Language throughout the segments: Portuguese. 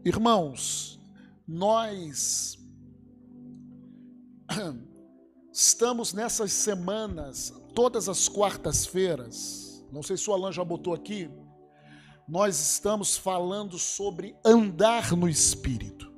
Irmãos, nós estamos nessas semanas, todas as quartas-feiras, não sei se o Alan já botou aqui, nós estamos falando sobre andar no Espírito.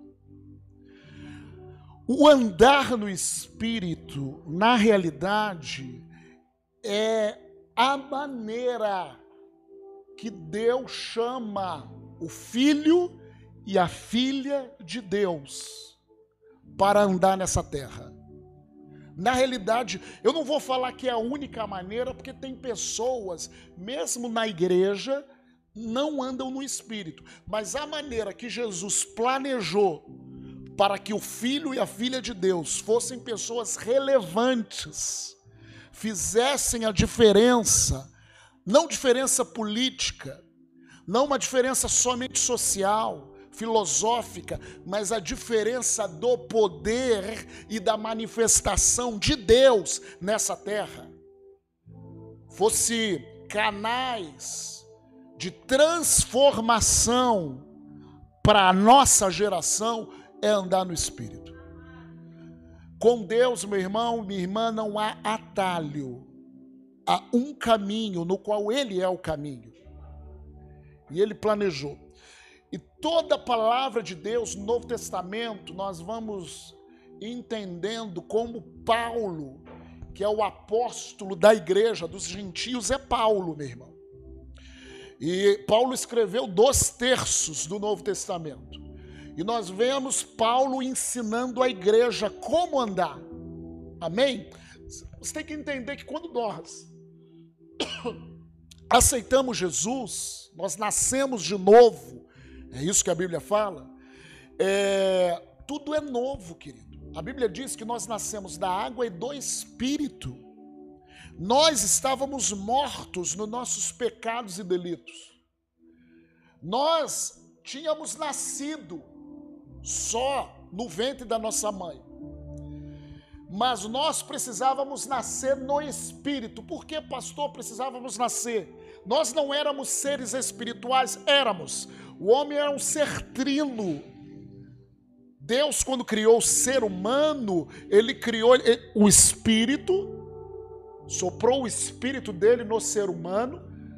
O andar no Espírito, na realidade, é a maneira que Deus chama o Filho e a Filha de Deus para andar nessa terra. Na realidade, eu não vou falar que é a única maneira, porque tem pessoas, mesmo na igreja, não andam no Espírito. Mas a maneira que Jesus planejou para que o Filho e a Filha de Deus fossem pessoas relevantes, fizessem a diferença, não diferença política, não uma diferença somente social, filosófica, mas a diferença do poder e da manifestação de Deus nessa terra. Fosse canais de transformação para a nossa geração, é andar no Espírito. Com Deus, meu irmão, minha irmã, não há atalho. Há um caminho no qual Ele é o caminho. E Ele planejou. E toda a palavra de Deus no Novo Testamento, nós vamos entendendo como Paulo, que é o apóstolo da igreja dos gentios, é Paulo, meu irmão. E Paulo escreveu 2/3 do Novo Testamento. E nós vemos Paulo ensinando a igreja como andar. Amém? Você tem que entender que quando nós aceitamos Jesus, nós nascemos de novo, é isso que a Bíblia fala, tudo é novo, querido. A Bíblia diz que nós nascemos da água e do Espírito. Nós estávamos mortos nos nossos pecados e delitos. Nós tínhamos nascido só no ventre da nossa mãe. Mas nós precisávamos nascer no Espírito. Por que, pastor, precisávamos nascer? Nós não éramos seres espirituais, éramos. O homem era um ser trino. Deus, quando criou o ser humano, Ele criou o Espírito, soprou o Espírito dele no ser humano.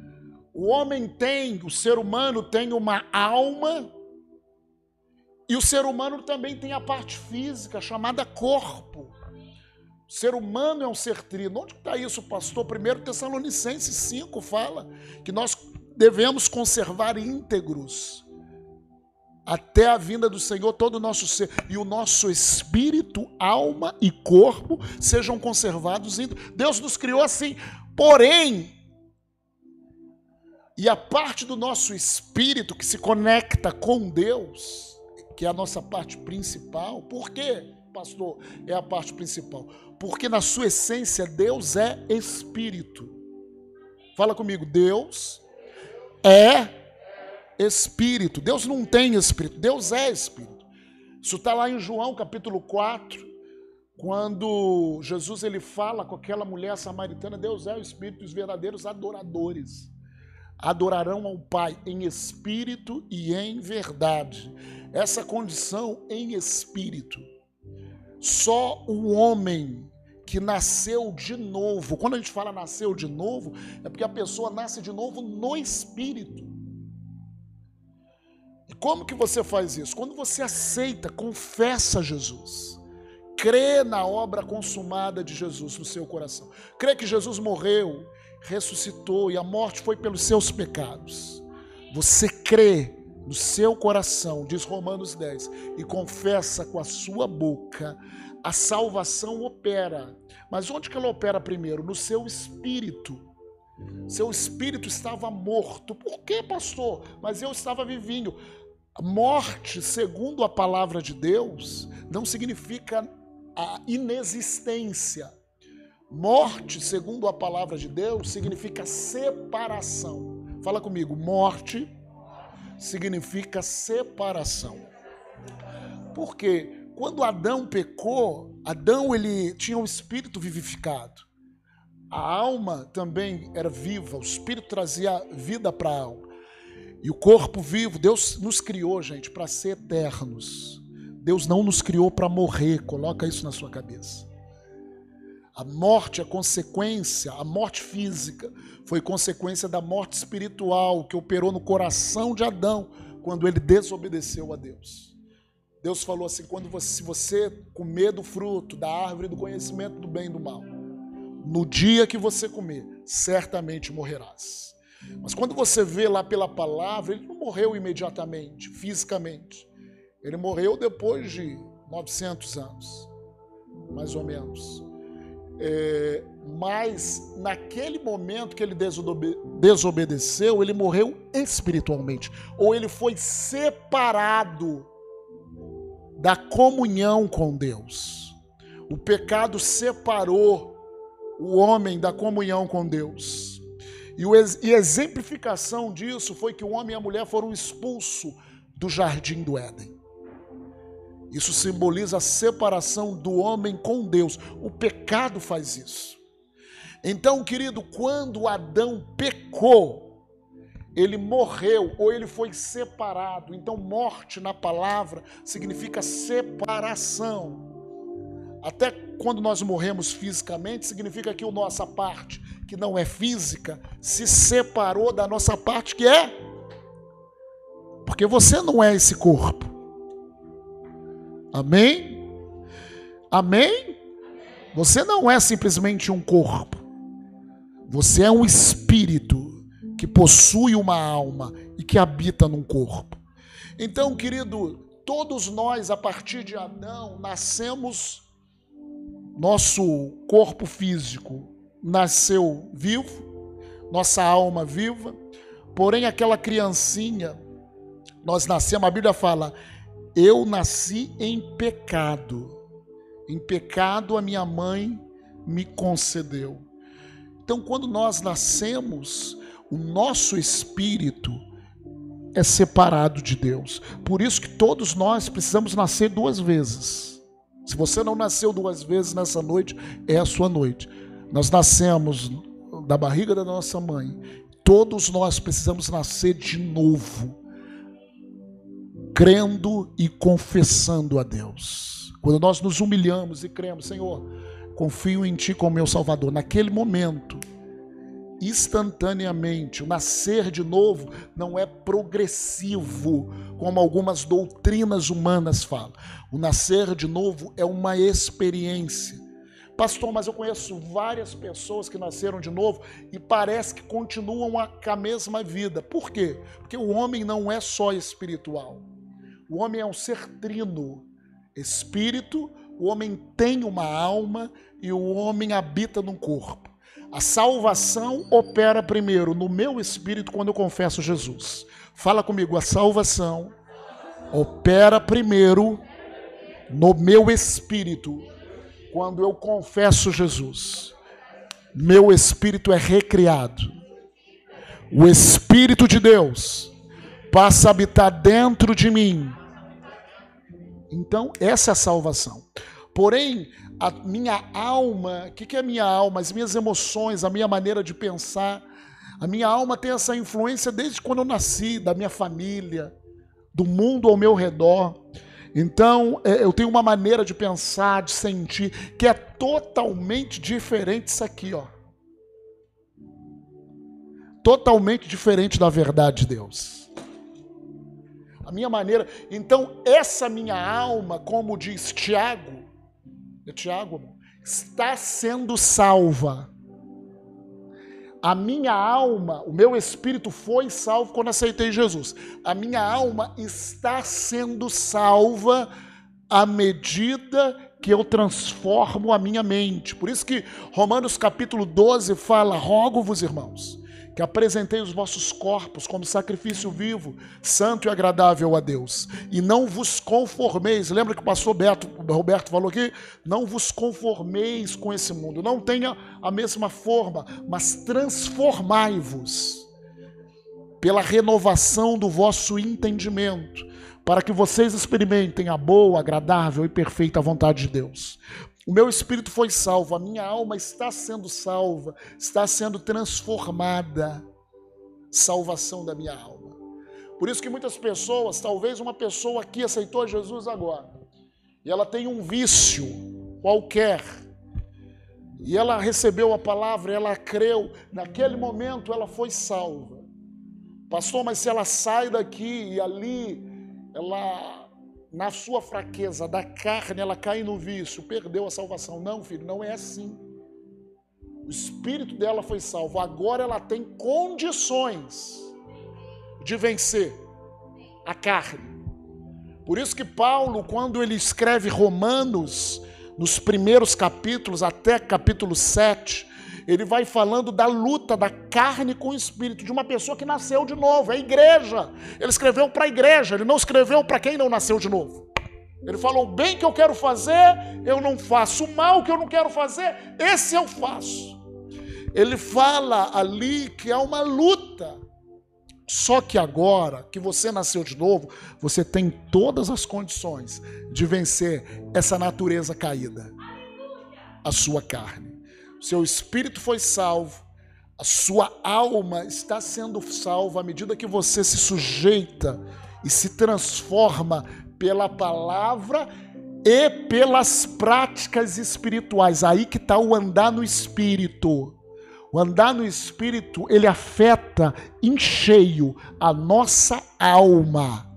O ser humano tem uma alma, e o ser humano também tem a parte física, chamada corpo. O ser humano é um ser trino. Onde está isso, pastor? 1 Tessalonicenses 5 fala que nós devemos conservar íntegros até a vinda do Senhor todo o nosso ser. E o nosso espírito, alma e corpo sejam conservados íntegros. Deus nos criou assim. Porém, e a parte do nosso espírito que se conecta com Deus, que é a nossa parte principal. Por quê, pastor? É a parte principal. Porque na sua essência Deus é Espírito. Fala comigo, Deus é Espírito. Deus não tem Espírito, Deus é Espírito. Isso está lá em João capítulo 4, quando Jesus ele fala com aquela mulher samaritana, Deus é o Espírito, e os verdadeiros adoradores adorarão ao Pai em espírito e em verdade. Essa condição em espírito. Só o homem que nasceu de novo, quando a gente fala nasceu de novo, é porque a pessoa nasce de novo no Espírito. E como que você faz isso? Quando você aceita, confessa Jesus, crê na obra consumada de Jesus no seu coração, crê que Jesus morreu, ressuscitou e a morte foi pelos seus pecados. Você crê no seu coração, diz Romanos 10, e confessa com a sua boca, a salvação opera. Mas onde que ela opera primeiro? No seu espírito. Seu espírito estava morto. Por quê, pastor? Mas eu estava vivinho. Morte, segundo a palavra de Deus, não significa a inexistência. Morte, segundo a palavra de Deus, significa separação. Fala comigo, morte significa separação. Por quê? Quando Adão pecou, Adão ele tinha um espírito vivificado. A alma também era viva, o espírito trazia vida para a alma. E o corpo vivo, Deus nos criou, gente, para ser eternos. Deus não nos criou para morrer, coloca isso na sua cabeça. A morte é consequência, a morte física foi consequência da morte espiritual que operou no coração de Adão quando ele desobedeceu a Deus. Deus falou assim, se você comer do fruto da árvore do conhecimento do bem e do mal, no dia que você comer, certamente morrerás. Mas quando você vê lá pela palavra, ele não morreu imediatamente, fisicamente. Ele morreu depois de 900 anos, mais ou menos. Mas naquele momento que ele desobedeceu, ele morreu espiritualmente. Ou ele foi separado da comunhão com Deus. O pecado separou o homem da comunhão com Deus. E a exemplificação disso foi que o homem e a mulher foram expulsos do jardim do Éden. Isso simboliza a separação do homem com Deus. O pecado faz isso. Então, querido, quando Adão pecou, ele morreu ou ele foi separado. Então, morte na palavra significa separação. Até quando nós morremos fisicamente, significa que a nossa parte, que não é física, se separou da nossa parte que é. Porque você não é esse corpo. Amém? Amém? Você não é simplesmente um corpo. Você é um espírito que possui uma alma e que habita num corpo. Então, querido, todos nós, a partir de Adão, nascemos, nosso corpo físico nasceu vivo, nossa alma viva, porém aquela criancinha, nós nascemos, a Bíblia fala, eu nasci em pecado a minha mãe me concedeu. Então, quando nós nascemos, o nosso espírito é separado de Deus. Por isso que todos nós precisamos nascer 2 vezes. Se você não nasceu 2 vezes nessa noite, é a sua noite. Nós nascemos da barriga da nossa mãe. Todos nós precisamos nascer de novo, crendo e confessando a Deus. Quando nós nos humilhamos e cremos, Senhor, confio em Ti como meu Salvador. Naquele momento, instantaneamente, o nascer de novo não é progressivo, como algumas doutrinas humanas falam. O nascer de novo é uma experiência. Pastor, mas eu conheço várias pessoas que nasceram de novo e parece que continuam com a mesma vida. Por quê? Porque o homem não é só espiritual. O homem é um ser trino. Espírito, o homem tem uma alma e o homem habita num corpo. A salvação opera primeiro no meu espírito quando eu confesso Jesus. Fala comigo, a salvação opera primeiro no meu espírito quando eu confesso Jesus. Meu espírito é recriado. O Espírito de Deus passa a habitar dentro de mim. Então, essa é a salvação. Porém, a minha alma, o que é a minha alma? As minhas emoções, a minha maneira de pensar. A minha alma tem essa influência desde quando eu nasci, da minha família, do mundo ao meu redor. Então, eu tenho uma maneira de pensar, de sentir, que é totalmente diferente disso aqui, ó. Totalmente diferente da verdade de Deus. A minha maneira... Então, essa minha alma, como diz Tiago, está sendo salva. A minha alma, o meu espírito foi salvo quando aceitei Jesus. A minha alma está sendo salva à medida que eu transformo a minha mente. Por isso que Romanos capítulo 12 fala, rogo-vos, irmãos, que apresentei os vossos corpos como sacrifício vivo, santo e agradável a Deus. E não vos conformeis. Lembra que o pastor Roberto falou aqui? Não vos conformeis com esse mundo. Não tenha a mesma forma, mas transformai-vos pela renovação do vosso entendimento, para que vocês experimentem a boa, agradável e perfeita vontade de Deus. O meu espírito foi salvo, a minha alma está sendo salva, está sendo transformada. Salvação da minha alma. Por isso que muitas pessoas, talvez uma pessoa aqui aceitou Jesus agora, e ela tem um vício qualquer, e ela recebeu a palavra, ela creu, naquele momento ela foi salva. Pastor, mas se ela sai daqui e ali, ela, na sua fraqueza da carne, ela cai no vício, perdeu a salvação. Não, filho, não é assim. O espírito dela foi salvo, agora ela tem condições de vencer a carne. Por isso que Paulo, quando ele escreve Romanos, nos primeiros capítulos, até capítulo 7, ele vai falando da luta da carne com o espírito, de uma pessoa que nasceu de novo, é a igreja. Ele escreveu para a igreja, ele não escreveu para quem não nasceu de novo. Ele falou: o bem que eu quero fazer, eu não faço. O mal que eu não quero fazer, esse eu faço. Ele fala ali que há uma luta. Só que agora que você nasceu de novo, você tem todas as condições de vencer essa natureza caída. A sua carne. O seu espírito foi salvo. A sua alma está sendo salva à medida que você se sujeita e se transforma pela palavra e pelas práticas espirituais. Aí que está o andar no espírito. O andar no espírito, ele afeta em cheio a nossa alma.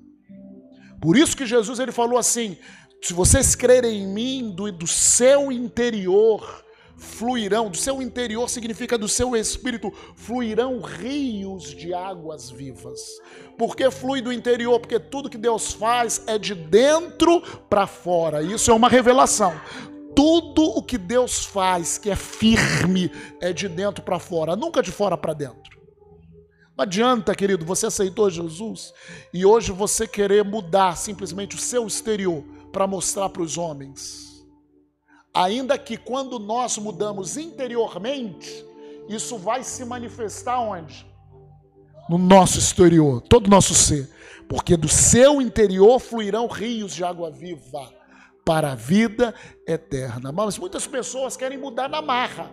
Por isso que Jesus ele falou assim: se vocês crerem em mim, do seu interior fluirão, do seu interior significa do seu espírito, fluirão rios de águas vivas. Por que flui do interior? Porque tudo que Deus faz é de dentro para fora. Isso é uma revelação. Tudo o que Deus faz que é firme é de dentro para fora, nunca de fora para dentro. Não adianta, querido, você aceitou Jesus e hoje você querer mudar simplesmente o seu exterior para mostrar para os homens. Ainda que quando nós mudamos interiormente, isso vai se manifestar onde? No nosso exterior, todo o nosso ser. Porque do seu interior fluirão rios de água viva para a vida eterna. Mas muitas pessoas querem mudar na marra.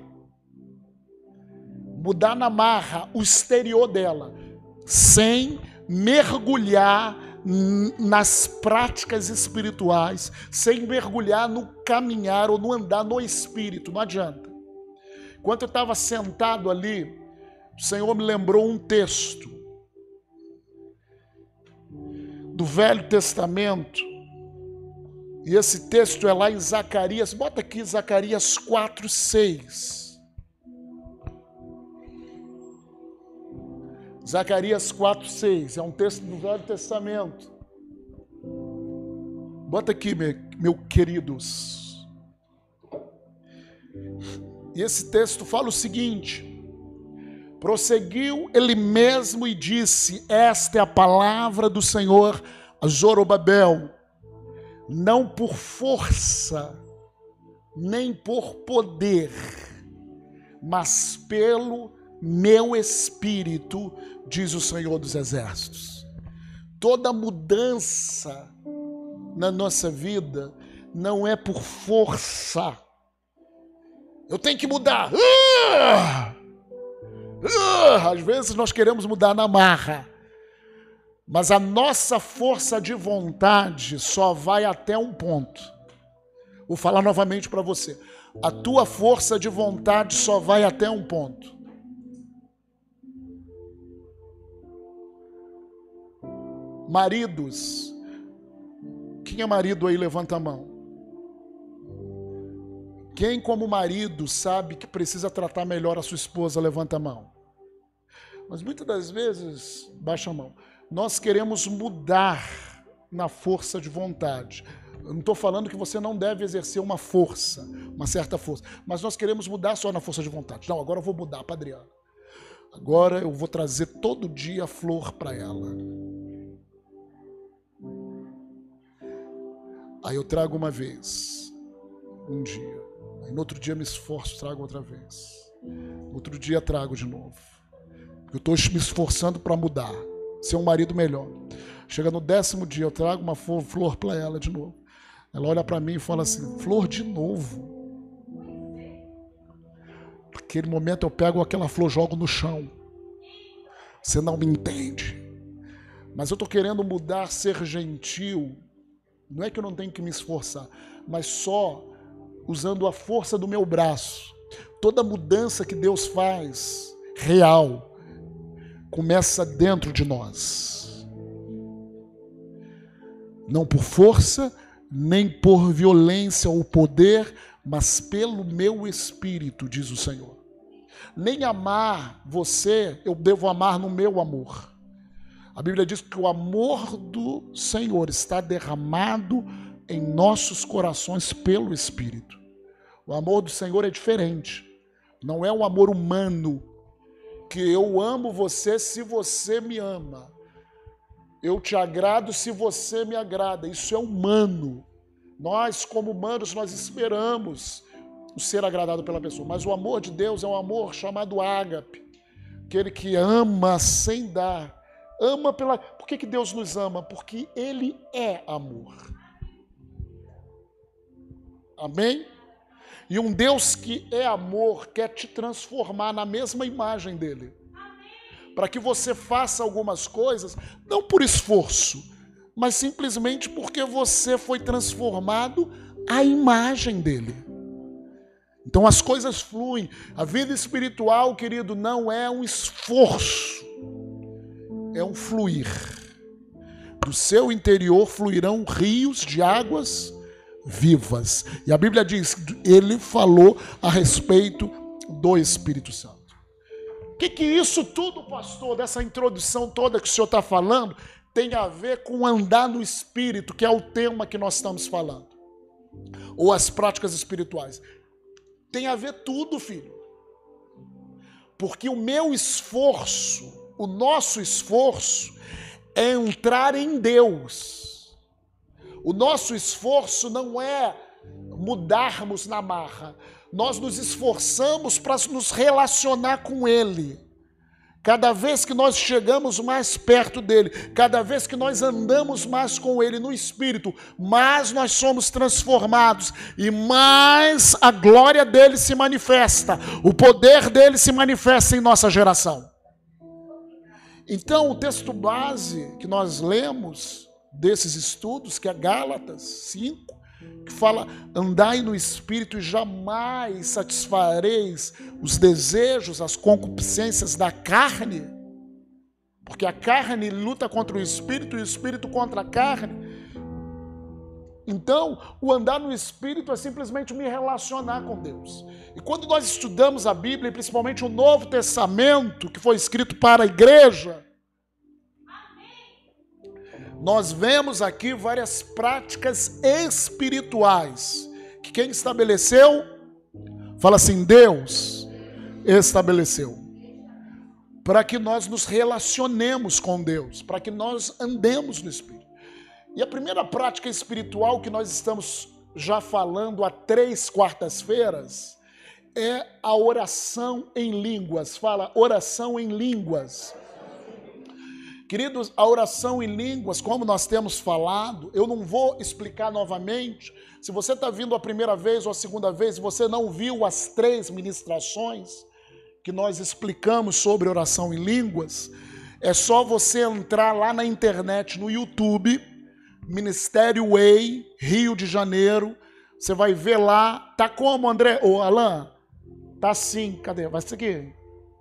Mudar na marra o exterior dela, sem mergulhar nas práticas espirituais, sem mergulhar no caminhar ou no andar no espírito. Não adianta. Enquanto eu estava sentado ali, o Senhor me lembrou um texto do Velho Testamento. E esse texto é lá em Zacarias. Bota aqui Zacarias 4:6. Zacarias 4:6. É um texto do Velho Testamento. Bota aqui, meu queridos. E esse texto fala o seguinte: prosseguiu ele mesmo e disse: esta é a palavra do Senhor a Zorobabel. Não por força, nem por poder, mas pelo meu espírito, diz o Senhor dos Exércitos. Toda mudança na nossa vida não é por força. Eu tenho que mudar. Às vezes nós queremos mudar na marra. Mas a nossa força de vontade só vai até um ponto. Vou falar novamente para você. A tua força de vontade só vai até um ponto. Maridos. Quem é marido aí? Levanta a mão. Quem como marido sabe que precisa tratar melhor a sua esposa? Levanta a mão. Mas muitas das vezes, baixa a mão. Nós queremos mudar na força de vontade. Eu não estou falando que você não deve exercer uma força, uma certa força, mas nós queremos mudar só na força de vontade. Não, agora eu vou mudar para a Adriana. Agora eu vou trazer todo dia flor para ela. Aí eu trago uma vez, um dia. Aí no outro dia me esforço, trago outra vez. No outro dia trago de novo. Eu estou me esforçando para mudar. Ser um marido melhor. Chega no 10º dia, eu trago uma flor para ela de novo. Ela olha para mim e fala assim: flor de novo. Naquele momento eu pego aquela flor, jogo no chão. Você não me entende. mas eu estou querendo mudar, ser gentil. Não é que eu não tenho que me esforçar, mas só usando a força do meu braço. Toda mudança que Deus faz, real, começa dentro de nós. Não por força, nem por violência ou poder, mas pelo meu espírito, diz o Senhor. Nem amar você, eu devo amar no meu amor. A Bíblia diz que o amor do Senhor está derramado em nossos corações pelo Espírito. O amor do Senhor é diferente. Não é um amor humano, que eu amo você se você me ama. Eu te agrado se você me agrada. Isso é humano. Nós, como humanos, nós esperamos o ser agradado pela pessoa. Mas o amor de Deus é um amor chamado ágape. Aquele que ama sem dar. Ama pela... Por que Deus nos ama? Porque Ele é amor. Amém? E um Deus que é amor quer te transformar na mesma imagem dele. Para que você faça algumas coisas, não por esforço, mas simplesmente porque você foi transformado à imagem dele. Então as coisas fluem. A vida espiritual, querido, não é um esforço. É um fluir. Do seu interior fluirão rios de águas vivas. E a Bíblia diz, ele falou a respeito do Espírito Santo. O que isso tudo, pastor, dessa introdução toda que o senhor está falando, tem a ver com andar no Espírito, que é o tema que nós estamos falando? Ou as práticas espirituais? Tem a ver tudo, filho. Porque o meu esforço, o nosso esforço é entrar em Deus. O nosso esforço não é mudarmos na marra. Nós nos esforçamos para nos relacionar com Ele. Cada vez que nós chegamos mais perto dEle, cada vez que nós andamos mais com Ele no Espírito, mais nós somos transformados e mais a glória dEle se manifesta, o poder dEle se manifesta em nossa geração. Então, o texto base que nós lemos desses estudos, que é Gálatas 5, que fala, andai no Espírito e jamais satisfareis os desejos, as concupiscências da carne, porque a carne luta contra o Espírito e o Espírito contra a carne. Então, o andar no Espírito é simplesmente me relacionar com Deus. E quando nós estudamos a Bíblia, e principalmente o Novo Testamento, que foi escrito para a igreja, nós vemos aqui várias práticas espirituais, que quem estabeleceu, fala assim, Deus estabeleceu, para que nós nos relacionemos com Deus, para que nós andemos no Espírito. E a primeira prática espiritual que nós estamos já falando há 3 quartas-feiras é a oração em línguas. Fala, oração em línguas. Queridos, a oração em línguas, como nós temos falado, eu não vou explicar novamente. Se você está vindo a primeira vez ou a segunda vez e você não viu as 3 ministrações que nós explicamos sobre oração em línguas, é só você entrar lá na internet, no YouTube, Ministério Way, Rio de Janeiro. Você vai ver lá. Tá como, André? Ô, Alan? Tá assim. Cadê? Vai ser aqui.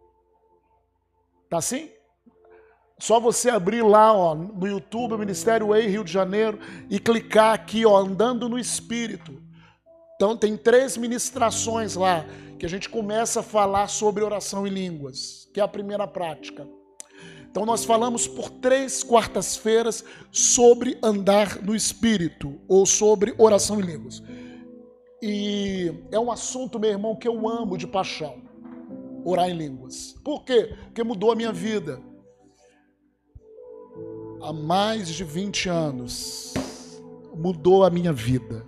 Tá assim? Só você abrir lá, ó, no YouTube, Ministério Way, Rio de Janeiro, e clicar aqui, ó, andando no Espírito. Então tem 3 ministrações lá, que a gente começa a falar sobre oração em línguas, que é a primeira prática. Então nós falamos por 3 quartas-feiras sobre andar no Espírito, ou sobre oração em línguas. E é um assunto, meu irmão, que eu amo de paixão, orar em línguas. Por quê? Porque mudou a minha vida. Há mais de 20 anos, mudou a minha vida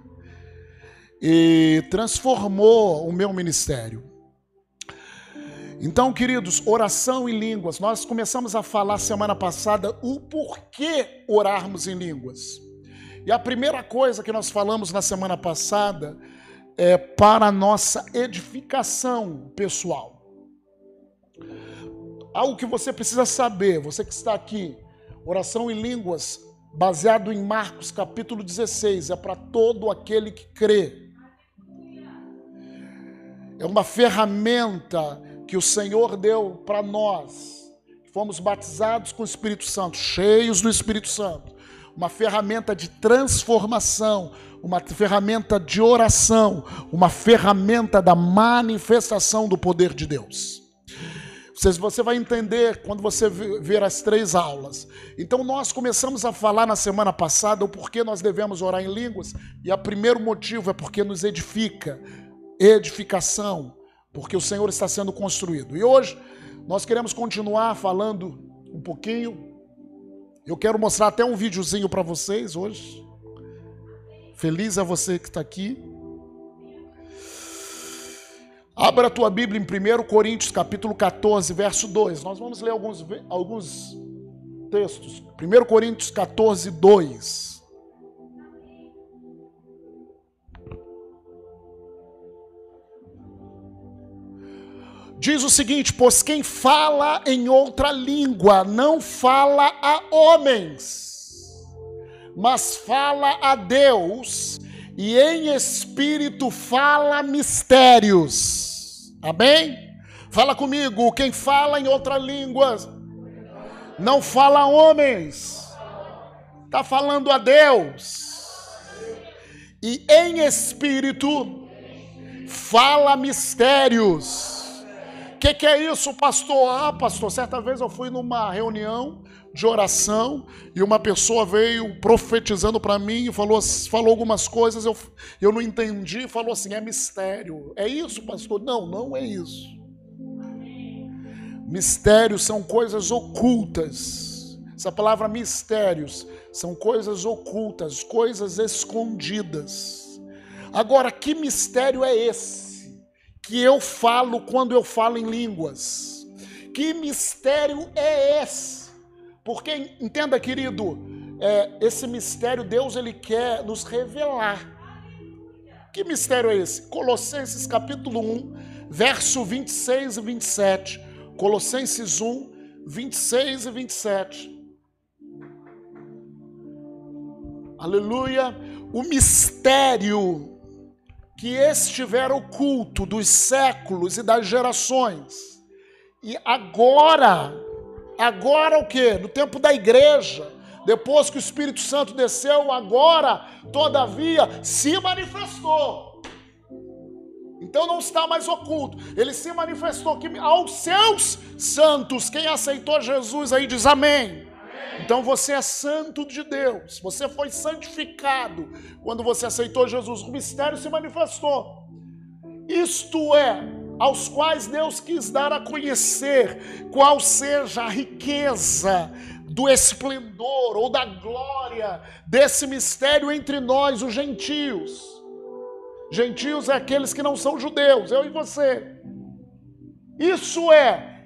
e transformou o meu ministério. Então, queridos, oração em línguas, nós começamos a falar semana passada o porquê orarmos em línguas. E a primeira coisa que nós falamos na semana passada é para a nossa edificação pessoal. Algo que você precisa saber, você que está aqui, Oração em línguas, baseado em Marcos capítulo 16, é para todo aquele que crê. É uma ferramenta que o Senhor deu para nós, que fomos batizados com o Espírito Santo, cheios do Espírito Santo. Uma ferramenta de transformação, uma ferramenta de oração, uma ferramenta da manifestação do poder de Deus. Você vai entender quando você ver as 3 aulas. Então nós começamos a falar na semana passada o porquê nós devemos orar em línguas, e o primeiro motivo é porque nos edifica, edificação, porque o Senhor está sendo construído. E hoje nós queremos continuar falando um pouquinho. Eu quero mostrar até um videozinho para vocês hoje. Feliz é você que está aqui. Abra a tua Bíblia em 1 Coríntios, capítulo 14, verso 2. Nós vamos ler alguns textos. 1 Coríntios 14, 2. Diz o seguinte: pois quem fala em outra língua não fala a homens, mas fala a Deus, e em espírito fala mistérios. Amém? Fala comigo. Quem fala em outra língua não fala a homens, está falando a Deus, e em espírito fala mistérios. O que é isso, pastor? Pastor, certa vez eu fui numa reunião de oração e uma pessoa veio profetizando para mim e falou algumas coisas, eu não entendi, falou assim: é mistério. É isso, pastor? Não, não é isso. Mistérios são coisas ocultas. Essa palavra mistérios são coisas ocultas, coisas escondidas. Agora, que mistério é esse que eu falo quando eu falo em línguas? Que mistério é esse? Porque, entenda, querido, esse mistério Deus ele quer nos revelar. Que mistério é esse? Colossenses capítulo 1, verso 26 e 27. Colossenses 1, 26 e 27. Aleluia! O mistério que estiver oculto dos séculos e das gerações, e agora o quê? No tempo da igreja, depois que o Espírito Santo desceu, agora, todavia, se manifestou. Então não está mais oculto, ele se manifestou que aos seus santos. Quem aceitou Jesus aí diz amém. Então você é santo de Deus, você foi santificado quando você aceitou Jesus. O mistério se manifestou, isto é, aos quais Deus quis dar a conhecer qual seja a riqueza do esplendor ou da glória desse mistério entre nós, os gentios. Gentios é aqueles que não são judeus, eu e você. Isso é,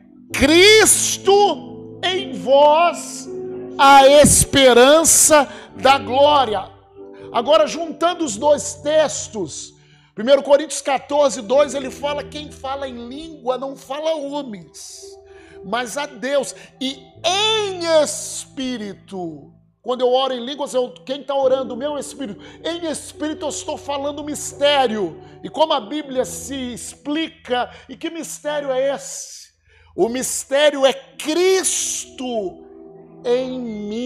Cristo em vós, a esperança da glória. Agora, juntando os dois textos, 1 Coríntios 14, 2, ele fala: quem fala em língua não fala a homens, mas a Deus, e em espírito. Quando eu oro em línguas, quem está orando? O meu espírito. Em espírito eu estou falando mistério. E como a Bíblia se explica, e que mistério é esse? O mistério é Cristo em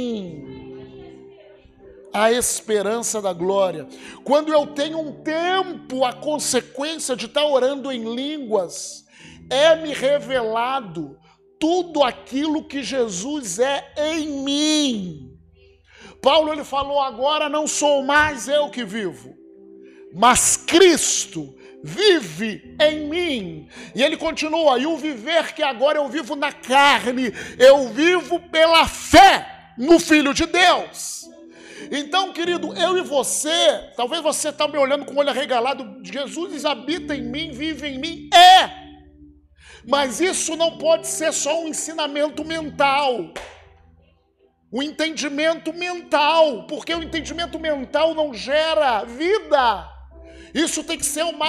mim, a esperança da glória. Quando eu tenho um tempo, a consequência de estar orando em línguas, é-me revelado tudo aquilo que Jesus é em mim. Paulo ele falou: agora não sou mais eu que vivo, mas Cristo vive em mim. E ele continua: e o viver que agora eu vivo na carne, eu vivo pela fé no Filho de Deus. Então, querido, eu e você, talvez você está me olhando com o olho arregalado: Jesus habita em mim, vive em mim. Mas isso não pode ser só um ensinamento mental, um entendimento mental, porque o entendimento mental não gera vida. Isso tem que ser uma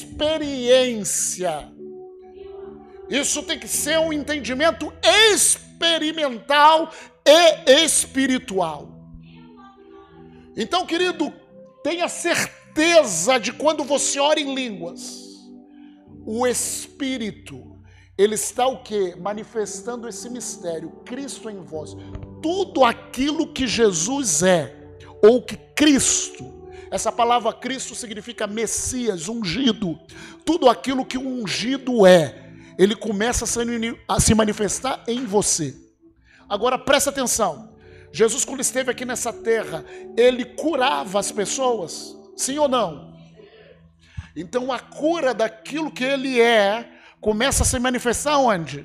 experiência. Isso tem que ser um entendimento espiritual. experimental e espiritual. Então, querido, tenha certeza de quando você ora em línguas, o Espírito, ele está o quê? Manifestando esse mistério, Cristo em vós. Tudo aquilo que Jesus é, ou que Cristo, essa palavra Cristo significa Messias, ungido. Tudo aquilo que o ungido é, ele começa a se manifestar em você. Agora presta atenção, Jesus, quando esteve aqui nessa terra, ele curava as pessoas, sim ou não? Então a cura daquilo que ele é, começa a se manifestar onde?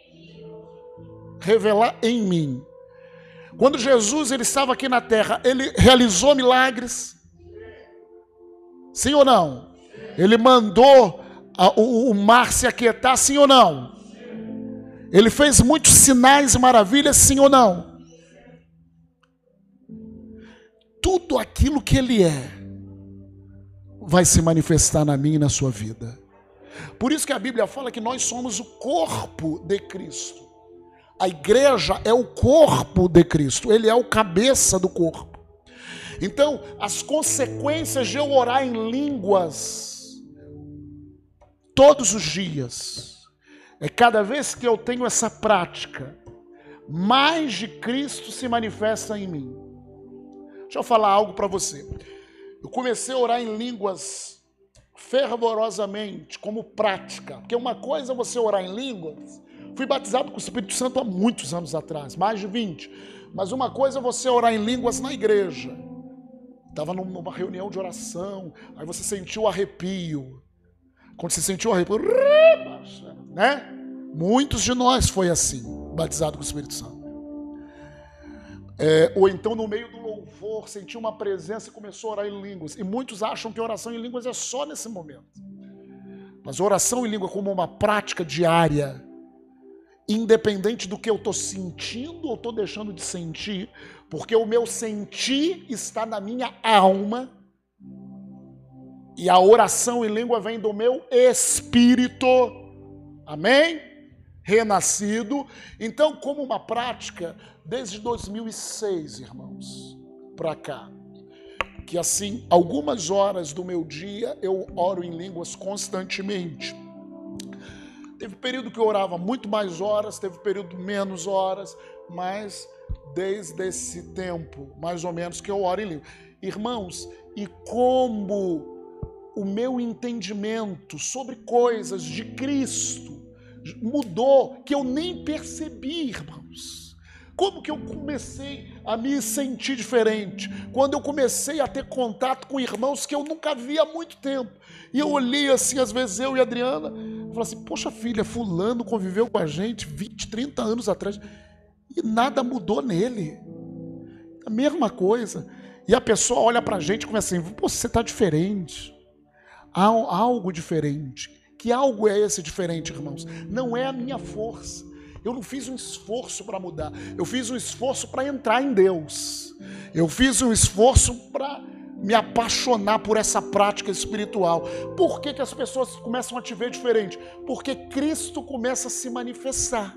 Revelar em mim. Quando Jesus ele estava aqui na terra, ele realizou milagres, sim ou não? Ele mandou o mar se aquietar, sim ou não? Ele fez muitos sinais e maravilhas, sim ou não? Tudo aquilo que ele é vai se manifestar na minha e na sua vida. Por isso que a Bíblia fala que nós somos o corpo de Cristo. A igreja é o corpo de Cristo, ele é o cabeça do corpo. Então, as consequências de eu orar em línguas todos os dias, é cada vez que eu tenho essa prática, mais de Cristo se manifesta em mim. Deixa eu falar algo para você. Eu comecei a orar em línguas fervorosamente, como prática. Porque uma coisa é você orar em línguas. Fui batizado com o Espírito Santo há muitos anos atrás, mais de 20. Mas uma coisa é você orar em línguas na igreja. Estava numa reunião de oração, aí você sentiu o arrepio. Quando você sentiu o arrepio, né? Muitos de nós foi assim, batizado com o Espírito Santo. Ou então no meio do louvor, sentiu uma presença e começou a orar em línguas. E muitos acham que a oração em línguas é só nesse momento. Mas a oração em língua como uma prática diária, independente do que eu estou sentindo ou estou deixando de sentir, porque o meu sentir está na minha alma, e a oração em língua vem do meu espírito, amém? Renascido. Então, como uma prática, desde 2006, irmãos, para cá, que assim, algumas horas do meu dia eu oro em línguas constantemente. Teve período que eu orava muito mais horas, teve período menos horas, mas desde esse tempo, mais ou menos, que eu oro em língua. Irmãos, e como o meu entendimento sobre coisas de Cristo mudou, que eu nem percebi, irmãos. Como que eu comecei a me sentir diferente? Quando eu comecei a ter contato com irmãos que eu nunca vi há muito tempo. E eu olhei assim, às vezes eu e a Adriana, e falei assim, poxa filha, fulano conviveu com a gente 20, 30 anos atrás, e nada mudou nele. A mesma coisa. E a pessoa olha pra gente e começa assim, pô, você tá diferente. Há algo diferente. Que algo é esse diferente, irmãos? Não é a minha força. Eu não fiz um esforço para mudar. Eu fiz um esforço para entrar em Deus. Eu fiz um esforço para me apaixonar por essa prática espiritual. Por que as pessoas começam a te ver diferente? Porque Cristo começa a se manifestar.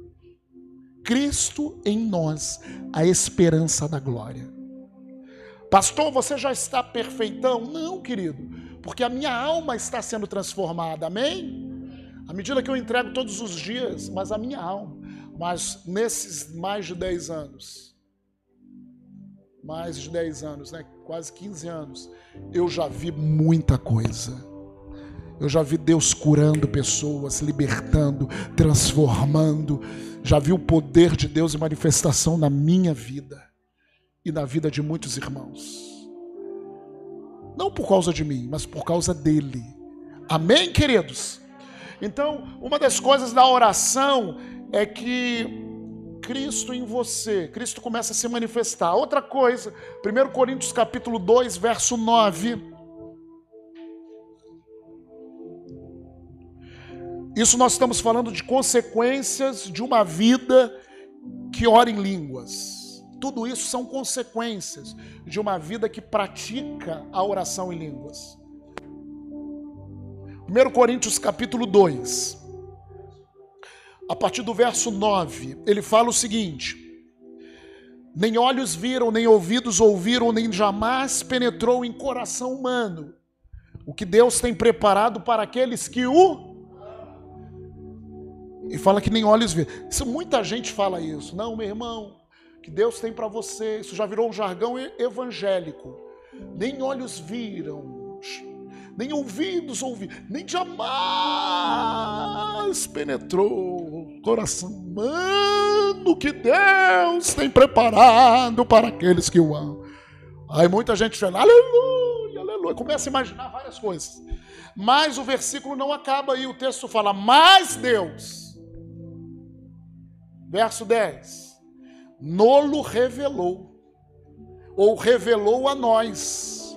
Cristo em nós, a esperança da glória. Pastor, você já está perfeitão? Não, querido, porque a minha alma está sendo transformada, amém? À medida que eu entrego todos os dias, mas a minha alma, mas nesses mais de 10 anos, né? Quase 15 anos, eu já vi muita coisa. Eu já vi Deus curando pessoas, libertando, transformando. Já vi o poder de Deus em manifestação na minha vida e na vida de muitos irmãos. Não por causa de mim, mas por causa dele. Amém, queridos? Então, uma das coisas da oração é que Cristo em você, Cristo começa a se manifestar. Outra coisa, 1 Coríntios capítulo 2, verso 9. Isso nós estamos falando de consequências de uma vida que ora em línguas. Tudo isso são consequências de uma vida que pratica a oração em línguas. 1 Coríntios capítulo 2. a partir do verso 9, ele fala o seguinte: nem olhos viram, nem ouvidos ouviram, nem jamais penetrou em coração humano o que Deus tem preparado para aqueles que o... E fala que nem olhos viram. Isso, muita gente fala isso. Não, meu irmão, que Deus tem para você. Isso já virou um jargão evangélico. Nem olhos viram, nem ouvidos ouviram, nem jamais penetrou o coração humano que Deus tem preparado para aqueles que o amam. Aí muita gente fala, aleluia, aleluia. Começa a imaginar várias coisas. Mas o versículo não acaba aí. O texto fala, mas Deus... Verso 10, nolo revelou, ou revelou a nós.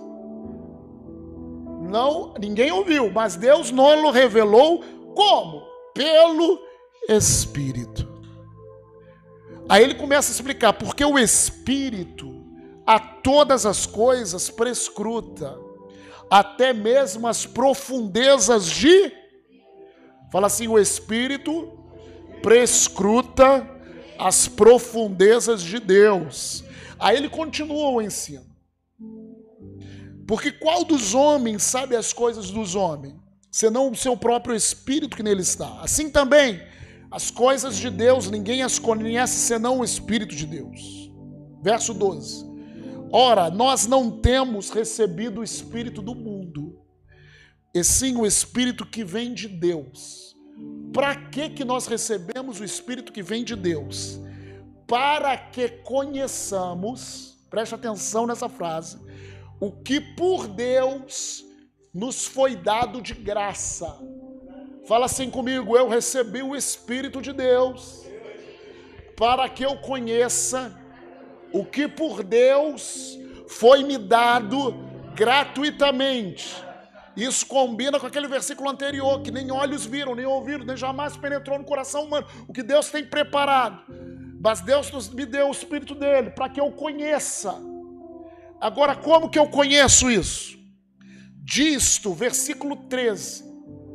Não, ninguém ouviu, mas Deus nolo revelou como? Pelo Espírito. Aí ele começa a explicar, porque o Espírito a todas as coisas prescruta, até mesmo as profundezas de... Fala assim, o Espírito prescruta as profundezas de Deus. Aí ele continua o ensino. Porque qual dos homens sabe as coisas dos homens, senão o seu próprio espírito que nele está? Assim também, as coisas de Deus, ninguém as conhece senão o Espírito de Deus. Verso 12. Ora, nós não temos recebido o Espírito do mundo, e sim o Espírito que vem de Deus. Para que nós recebemos o Espírito que vem de Deus? Para que conheçamos, preste atenção nessa frase, o que por Deus nos foi dado de graça. Fala assim comigo, eu recebi o Espírito de Deus para que eu conheça o que por Deus foi me dado gratuitamente. Isso combina com aquele versículo anterior, que nem olhos viram, nem ouviram, nem jamais penetrou no coração humano, o que Deus tem preparado. Mas Deus me deu o Espírito dele, para que eu conheça. Agora, como que eu conheço isso? Disto, versículo 13.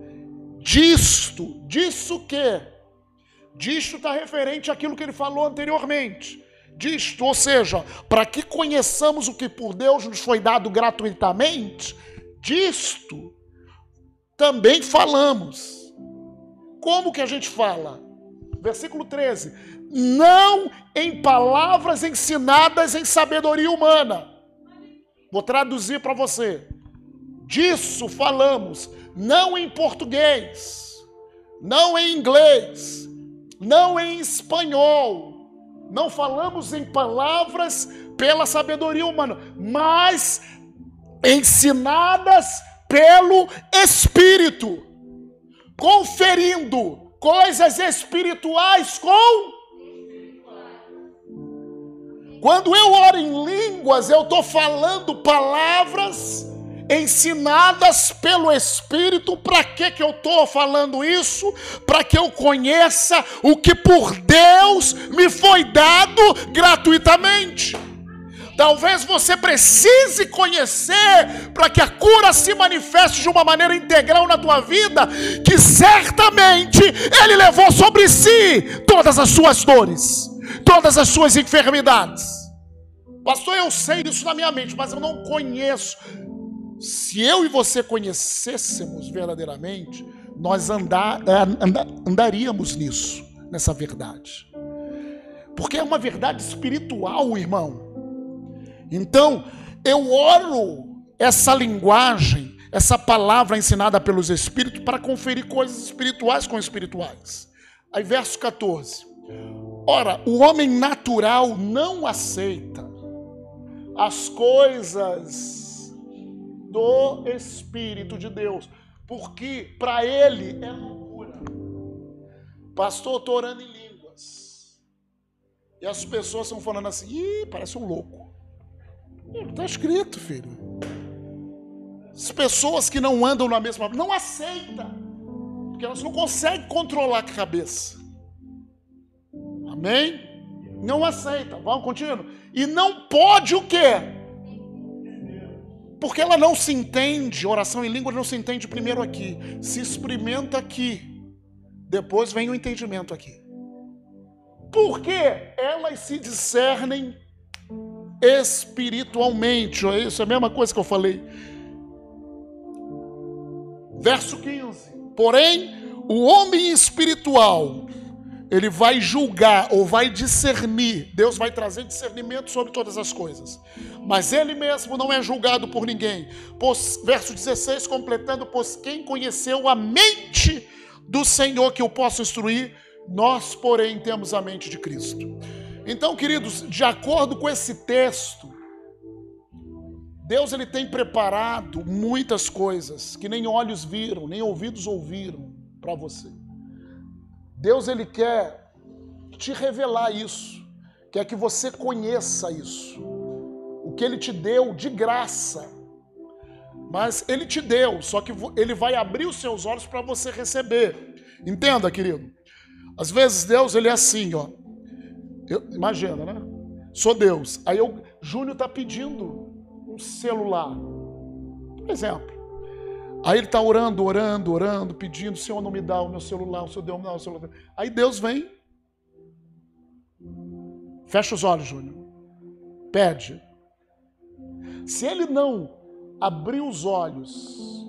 Disso que? Disto está referente àquilo que ele falou anteriormente. Disto, ou seja, para que conheçamos o que por Deus nos foi dado gratuitamente, disto também falamos. Como que a gente fala? Versículo 13. Não em palavras ensinadas em sabedoria humana. Vou traduzir para você. Disso falamos, não em português, não em inglês, não em espanhol. Não falamos em palavras pela sabedoria humana, mas ensinadas pelo Espírito, conferindo coisas espirituais com... Quando eu oro em línguas, eu estou falando palavras ensinadas pelo Espírito. Para que eu estou falando isso? Para que eu conheça o que por Deus me foi dado gratuitamente. Talvez você precise conhecer para que a cura se manifeste de uma maneira integral na tua vida, que certamente Ele levou sobre si todas as suas dores, todas as suas enfermidades. Pastor, eu sei disso na minha mente, mas eu não conheço. Se eu e você conhecêssemos verdadeiramente, nós andaríamos nisso, nessa verdade. Porque é uma verdade espiritual, irmão. Então, eu oro essa linguagem, essa palavra ensinada pelos Espíritos para conferir coisas espirituais com espirituais. Aí, verso 14. Ora, o homem natural não aceita as coisas do Espírito de Deus, porque para ele é loucura. Pastor, eu estou orando em línguas. E as pessoas estão falando assim, ih, parece um louco. Está escrito, filho. As pessoas que não andam na mesma... não aceitam. Porque elas não conseguem controlar a cabeça. Amém? Não aceita. Vamos, continuando. E não pode o quê? Porque ela não se entende. Oração em língua não se entende primeiro aqui. Se experimenta aqui. Depois vem o entendimento aqui. Porque elas se discernem espiritualmente. Isso é a mesma coisa que eu falei. Verso 15. Porém, o homem espiritual, ele vai julgar ou vai discernir. Deus vai trazer discernimento sobre todas as coisas. Mas ele mesmo não é julgado por ninguém. Verso 16, completando, pois quem conheceu a mente do Senhor que o possa instruir, nós, porém, temos a mente de Cristo. Então, queridos, de acordo com esse texto, Deus ele tem preparado muitas coisas que nem olhos viram, nem ouvidos ouviram para você. Deus ele quer te revelar isso, quer que você conheça isso. O que ele te deu de graça, mas ele te deu, só que ele vai abrir os seus olhos para você receber. Entenda, querido. Às vezes Deus ele é assim, ó. Imagina, né? Sou Deus. Aí Júnior tá pedindo um celular, por exemplo. Aí ele tá orando, pedindo, Senhor, não me dá o meu celular, o Senhor não me dá o celular. Aí Deus vem, fecha os olhos, Júnior, pede. Se ele não abrir os olhos,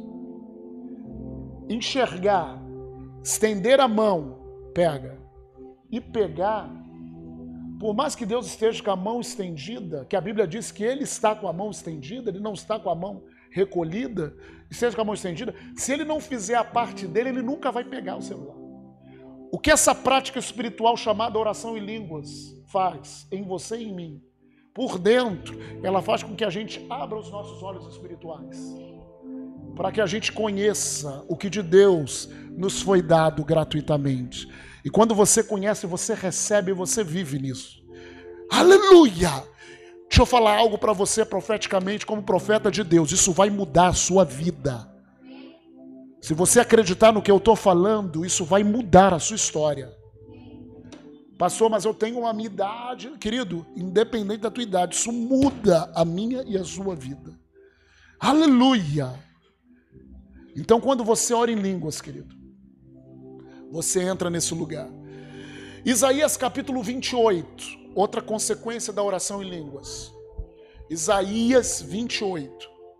enxergar, estender a mão, pega, e pegar, por mais que Deus esteja com a mão estendida, que a Bíblia diz que ele está com a mão estendida, ele não está com a mão recolhida, esteja com a mão estendida, se ele não fizer a parte dele, ele nunca vai pegar o celular. O que essa prática espiritual chamada oração em línguas faz em você e em mim? Por dentro, ela faz com que a gente abra os nossos olhos espirituais, para que a gente conheça o que de Deus nos foi dado gratuitamente. E quando você conhece, você recebe e você vive nisso. Aleluia! Deixa eu falar algo para você profeticamente, como profeta de Deus. Isso vai mudar a sua vida. Se você acreditar no que eu estou falando, isso vai mudar a sua história. Pastor, mas eu tenho uma minha idade. Querido, independente da tua idade, isso muda a minha e a sua vida. Aleluia! Então, quando você ora em línguas, querido, você entra nesse lugar. Isaías capítulo 28, outra consequência da oração em línguas. Isaías 28.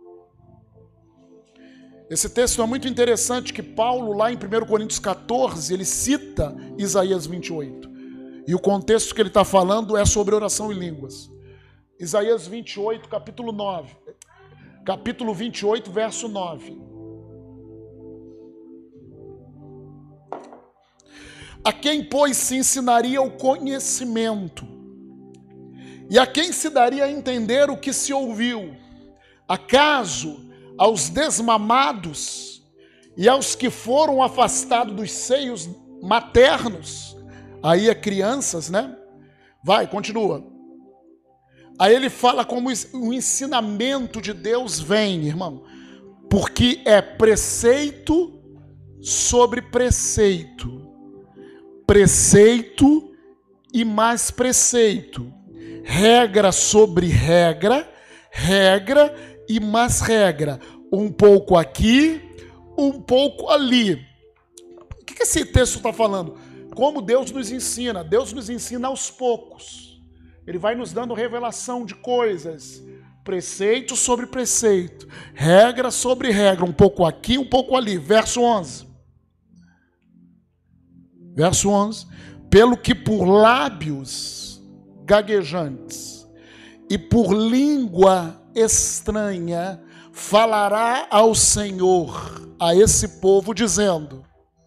Esse texto é muito interessante, que Paulo, lá em 1 Coríntios 14, ele cita Isaías 28. E o contexto que ele está falando é sobre oração em línguas. Isaías 28, capítulo 9. Capítulo 28, verso 9. A quem, pois, se ensinaria o conhecimento? E a quem se daria a entender o que se ouviu? Acaso aos desmamados e aos que foram afastados dos seios maternos? Aí é crianças, né? Vai, continua. Aí ele fala como o ensinamento de Deus vem, irmão. Porque é preceito sobre preceito. Preceito e mais preceito, regra sobre regra, regra e mais regra, um pouco aqui, um pouco ali. O que esse texto está falando? Como Deus nos ensina aos poucos, ele vai nos dando revelação de coisas, preceito sobre preceito, regra sobre regra, um pouco aqui, um pouco ali. Verso 11. Verso 11, pelo que por lábios gaguejantes e por língua estranha falará ao Senhor, a esse povo, dizendo.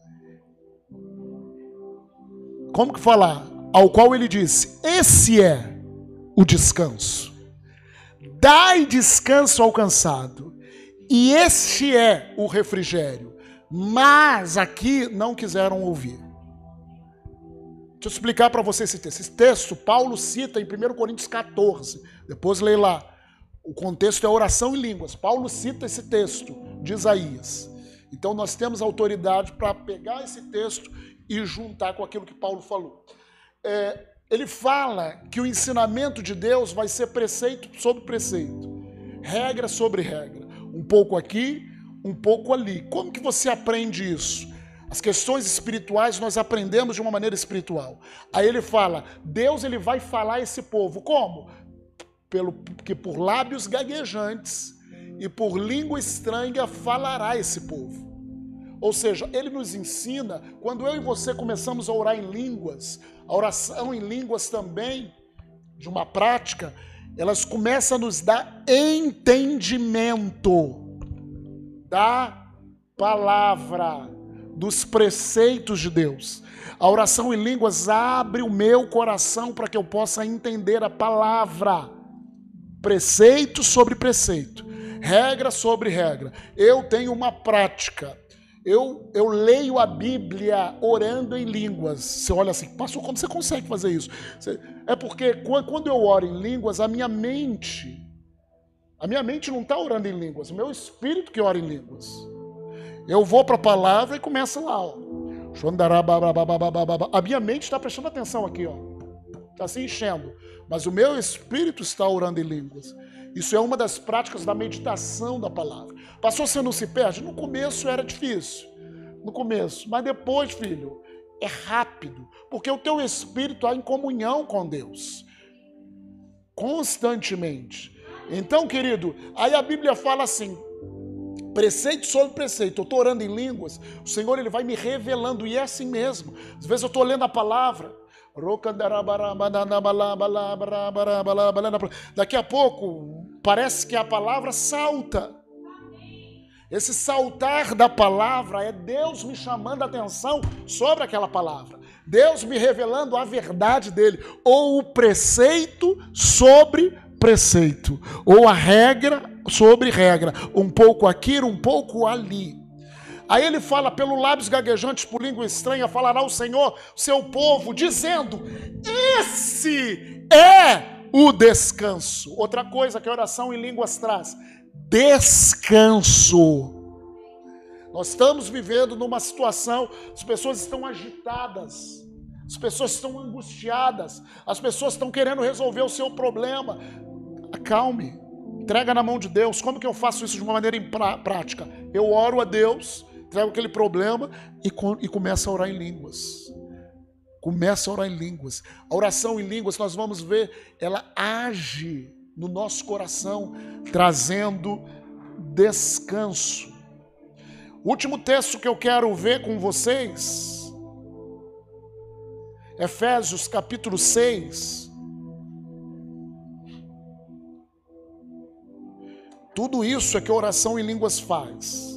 Como que falar? Ao qual ele disse, esse é o descanso. Dai descanso ao cansado, e este é o refrigério. Mas aqui não quiseram ouvir. Deixa eu explicar para você esse texto. Esse texto, Paulo cita em 1 Coríntios 14. Depois leia lá. O contexto é oração em línguas. Paulo cita esse texto de Isaías. Então nós temos autoridade para pegar esse texto e juntar com aquilo que Paulo falou. Ele fala que o ensinamento de Deus vai ser preceito sobre preceito. Regra sobre regra. Um pouco aqui, um pouco ali. Como que você aprende isso? As questões espirituais nós aprendemos de uma maneira espiritual. Aí ele fala, Deus ele vai falar a esse povo. Como? Porque por lábios gaguejantes e por língua estranha falará esse povo. Ou seja, ele nos ensina, quando eu e você começamos a orar em línguas, a oração em línguas também, de uma prática, elas começam a nos dar entendimento da palavra, dos preceitos de Deus. A oração em línguas abre o meu coração para que eu possa entender a palavra. Preceito sobre preceito, regra sobre regra. Eu tenho uma prática. Eu leio a Bíblia orando em línguas. Você olha assim, pastor, como você consegue fazer isso? É porque quando eu oro em línguas, a minha mente não está orando em línguas, o meu espírito que ora em línguas. Eu vou para a palavra e começa lá, ó. A minha mente está prestando atenção aqui, ó. Está se enchendo. Mas o meu espírito está orando em línguas. Isso é uma das práticas da meditação da palavra. Pastor, você não se perde? No começo era difícil. No começo. Mas depois, filho, é rápido. Porque o teu espírito está em comunhão com Deus. Constantemente. Então, querido, aí a Bíblia fala assim, preceito sobre preceito, eu estou orando em línguas, o Senhor ele vai me revelando, e é assim mesmo. Às vezes eu estou lendo a palavra, daqui a pouco parece que a palavra salta. Esse saltar da palavra é Deus me chamando a atenção sobre aquela palavra, Deus me revelando a verdade dele, ou o preceito sobre preceito, ou a regra sobre regra, um pouco aqui, um pouco ali. Aí ele fala, pelo lábios gaguejantes, por língua estranha, falará o Senhor, seu povo, dizendo, esse é o descanso. Outra coisa que a oração em línguas traz, descanso. Nós estamos vivendo numa situação, as pessoas estão agitadas, as pessoas estão angustiadas, as pessoas estão querendo resolver o seu problema. Acalme, entrega na mão de Deus. Como que eu faço isso de uma maneira prática? Eu oro a Deus, entrego aquele problema e começo a orar em línguas. Começa a orar em línguas. A oração em línguas, nós vamos ver, ela age no nosso coração, trazendo descanso. O último texto que eu quero ver com vocês, Efésios capítulo 6. Tudo isso é que a oração em línguas faz.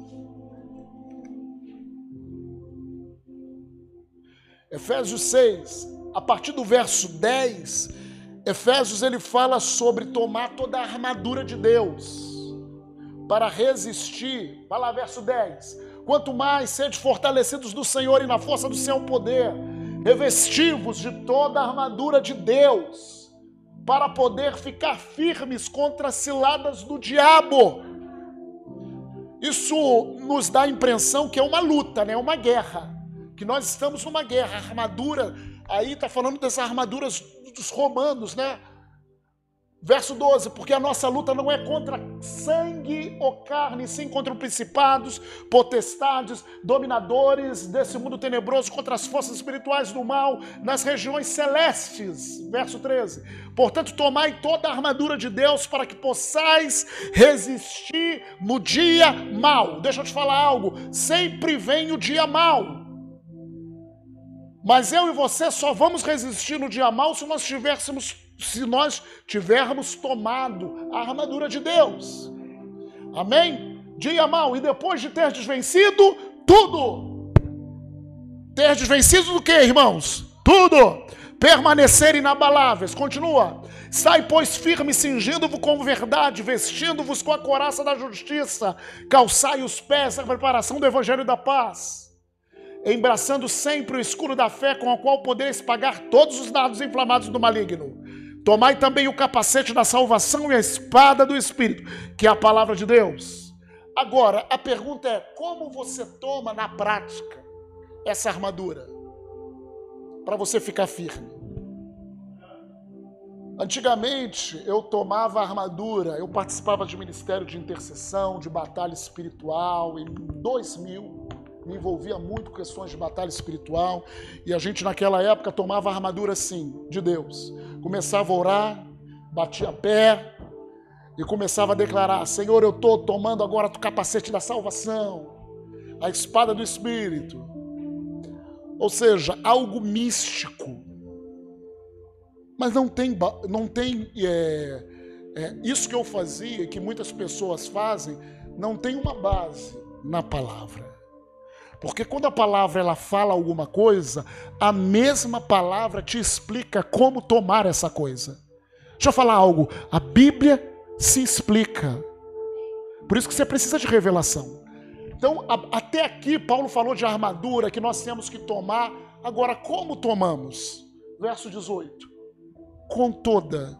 Efésios 6, a partir do verso 10, Efésios ele fala sobre tomar toda a armadura de Deus para resistir. Vai lá, verso 10. Quanto mais sede fortalecidos do Senhor e na força do seu poder, revesti-vos de toda a armadura de Deus, para poder ficar firmes contra as ciladas do diabo. Isso nos dá a impressão que é uma luta, né? Uma guerra. Que nós estamos numa guerra. A armadura, aí está falando dessas armaduras dos romanos, né? Verso 12, porque a nossa luta não é contra sangue ou carne, sim contra principados, potestades, dominadores desse mundo tenebroso, contra as forças espirituais do mal nas regiões celestes. Verso 13, portanto tomai toda a armadura de Deus para que possais resistir no dia mau. Deixa eu te falar algo, sempre vem o dia mau. Mas eu e você só vamos resistir no dia mau se nós tivermos tomado a armadura de Deus. Amém? Dia mau. E depois de ter desvencido tudo. Ter desvencido do que, irmãos? Tudo. Permanecer inabaláveis. Continua. Sai, pois, firme, cingindo-vos com verdade, vestindo-vos com a couraça da justiça, calçai os pés da preparação do evangelho da paz, embraçando sempre o escudo da fé, com o qual podereis pagar todos os dados inflamados do maligno. Tomai também o capacete da salvação e a espada do Espírito, que é a palavra de Deus. Agora, a pergunta é, como você toma na prática essa armadura? Para você ficar firme. Antigamente, eu tomava armadura, eu participava de ministério de intercessão, de batalha espiritual, em 2000. me envolvia muito com questões de batalha espiritual, e a gente naquela época tomava a armadura assim, de Deus. Começava a orar, batia pé e começava a declarar: Senhor, eu estou tomando agora o capacete da salvação, a espada do Espírito. Ou seja, algo místico. Mas não tem isso que eu fazia, que muitas pessoas fazem, não tem uma base na palavra. Porque quando a palavra ela fala alguma coisa, a mesma palavra te explica como tomar essa coisa. Deixa eu falar algo. A Bíblia se explica. Por isso que você precisa de revelação. Então, até aqui, Paulo falou de armadura, que nós temos que tomar. Agora, como tomamos? Verso 18. Com toda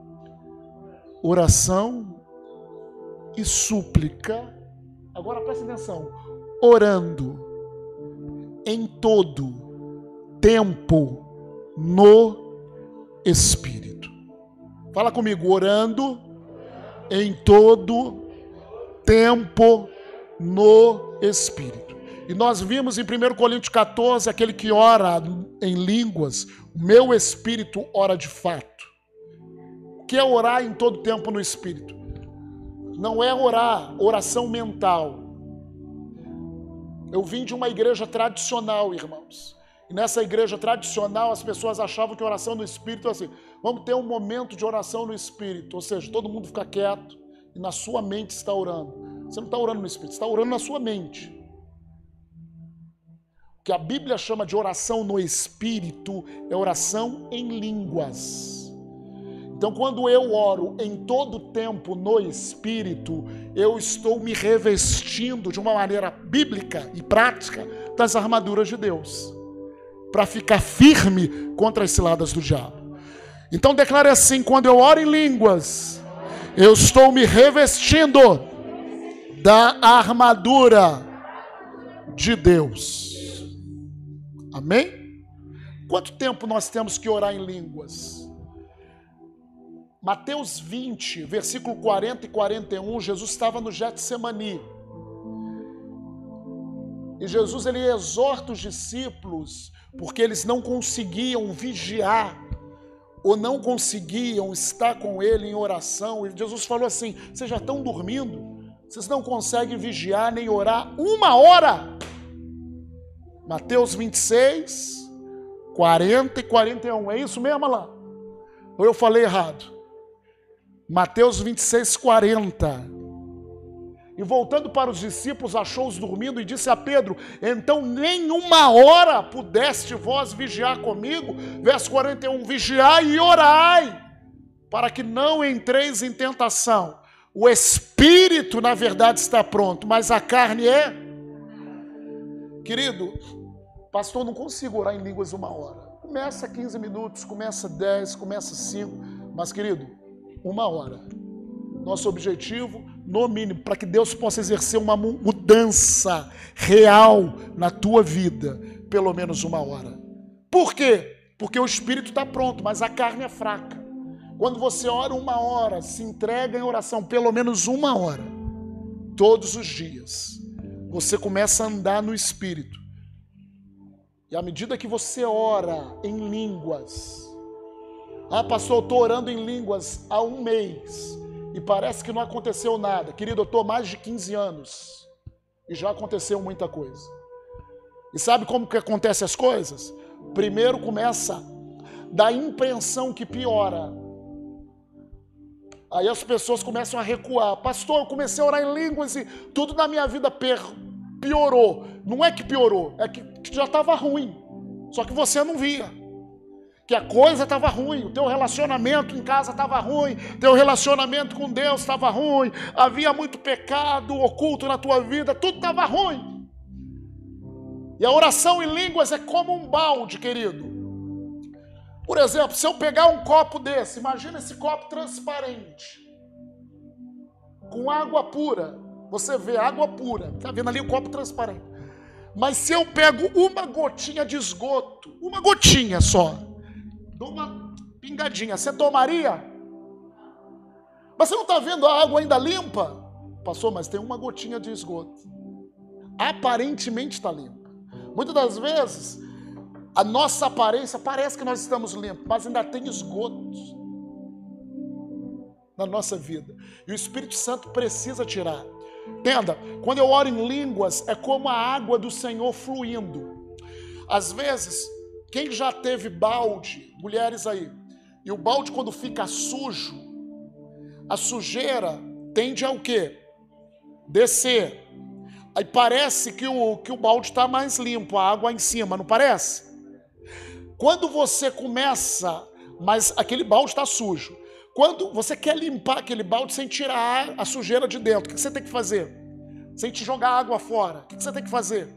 oração e súplica. Agora presta atenção. Orando em todo tempo no Espírito. Fala comigo. Orando em todo tempo no Espírito. E nós vimos em 1 Coríntios 14, aquele que ora em línguas, o meu espírito ora de fato. O que é orar em todo tempo no Espírito? Não é oração mental. Eu vim de uma igreja tradicional, irmãos. E nessa igreja tradicional as pessoas achavam que oração no Espírito é assim: vamos ter um momento de oração no Espírito. Ou seja, todo mundo fica quieto e na sua mente está orando. Você não está orando no Espírito, você está orando na sua mente. O que a Bíblia chama de oração no Espírito é oração em línguas. Então, quando eu oro em todo tempo no Espírito, eu estou me revestindo de uma maneira bíblica e prática das armaduras de Deus, para ficar firme contra as ciladas do diabo. Então, declare assim: quando eu oro em línguas, eu estou me revestindo da armadura de Deus. Amém? Quanto tempo nós temos que orar em línguas? Mateus 20, versículo 40 e 41, Jesus estava no Getsemani. E Jesus ele exorta os discípulos, porque eles não conseguiam vigiar, ou não conseguiam estar com ele em oração. E Jesus falou assim: vocês já estão dormindo? Vocês não conseguem vigiar nem orar 1 hora? Mateus 26, 40 e 41. É isso mesmo, Alain? Ou eu falei errado? Mateus 26, 40. E voltando para os discípulos, achou-os dormindo e disse a Pedro: então nem 1 hora pudeste vós vigiar comigo? Verso 41, vigiai e orai, para que não entreis em tentação. O espírito, na verdade, está pronto, mas a carne é... Querido, pastor, não consigo orar em línguas 1 hora. Começa 15 minutos, começa 10, começa 5, mas, querido, 1 hora. Nosso objetivo, no mínimo, para que Deus possa exercer uma mudança real na tua vida, pelo menos 1 hora. Por quê? Porque o espírito está pronto, mas a carne é fraca. Quando você ora 1 hora, se entrega em oração pelo menos 1 hora, todos os dias, você começa a andar no Espírito. E à medida que você ora em línguas, pastor, eu estou orando em línguas há 1 mês e parece que não aconteceu nada. Querido, eu estou há mais de 15 anos e já aconteceu muita coisa. E sabe como que acontecem as coisas? Primeiro começa da impressão que piora. Aí as pessoas começam a recuar. Pastor, eu comecei a orar em línguas e tudo na minha vida piorou. Não é que piorou, é que já estava ruim. Só que você não via. Que a coisa estava ruim, o teu relacionamento em casa estava ruim, teu relacionamento com Deus estava ruim, havia muito pecado oculto na tua vida, tudo estava ruim. E a oração em línguas é como um balde, querido. Por exemplo, se eu pegar um copo desse, imagina esse copo transparente, com água pura, você vê água pura, está vendo ali o copo transparente. Mas se eu pego uma gotinha de esgoto, uma gotinha só, dou uma pingadinha, você tomaria? Mas você não está vendo a água ainda limpa? Pastor, mas tem uma gotinha de esgoto. Aparentemente está limpa. Muitas das vezes, a nossa aparência parece que nós estamos limpos, mas ainda tem esgotos na nossa vida. E o Espírito Santo precisa tirar. Entenda, quando eu oro em línguas, é como a água do Senhor fluindo. Às vezes, quem já teve balde, mulheres aí, e o balde quando fica sujo, a sujeira tende a o quê? Descer. Aí parece que o balde está mais limpo, a água em cima, não parece? Quando você começa, mas aquele balde está sujo. Quando você quer limpar aquele balde sem tirar a sujeira de dentro, o que você tem que fazer? Sem te jogar água fora, o que você tem que fazer?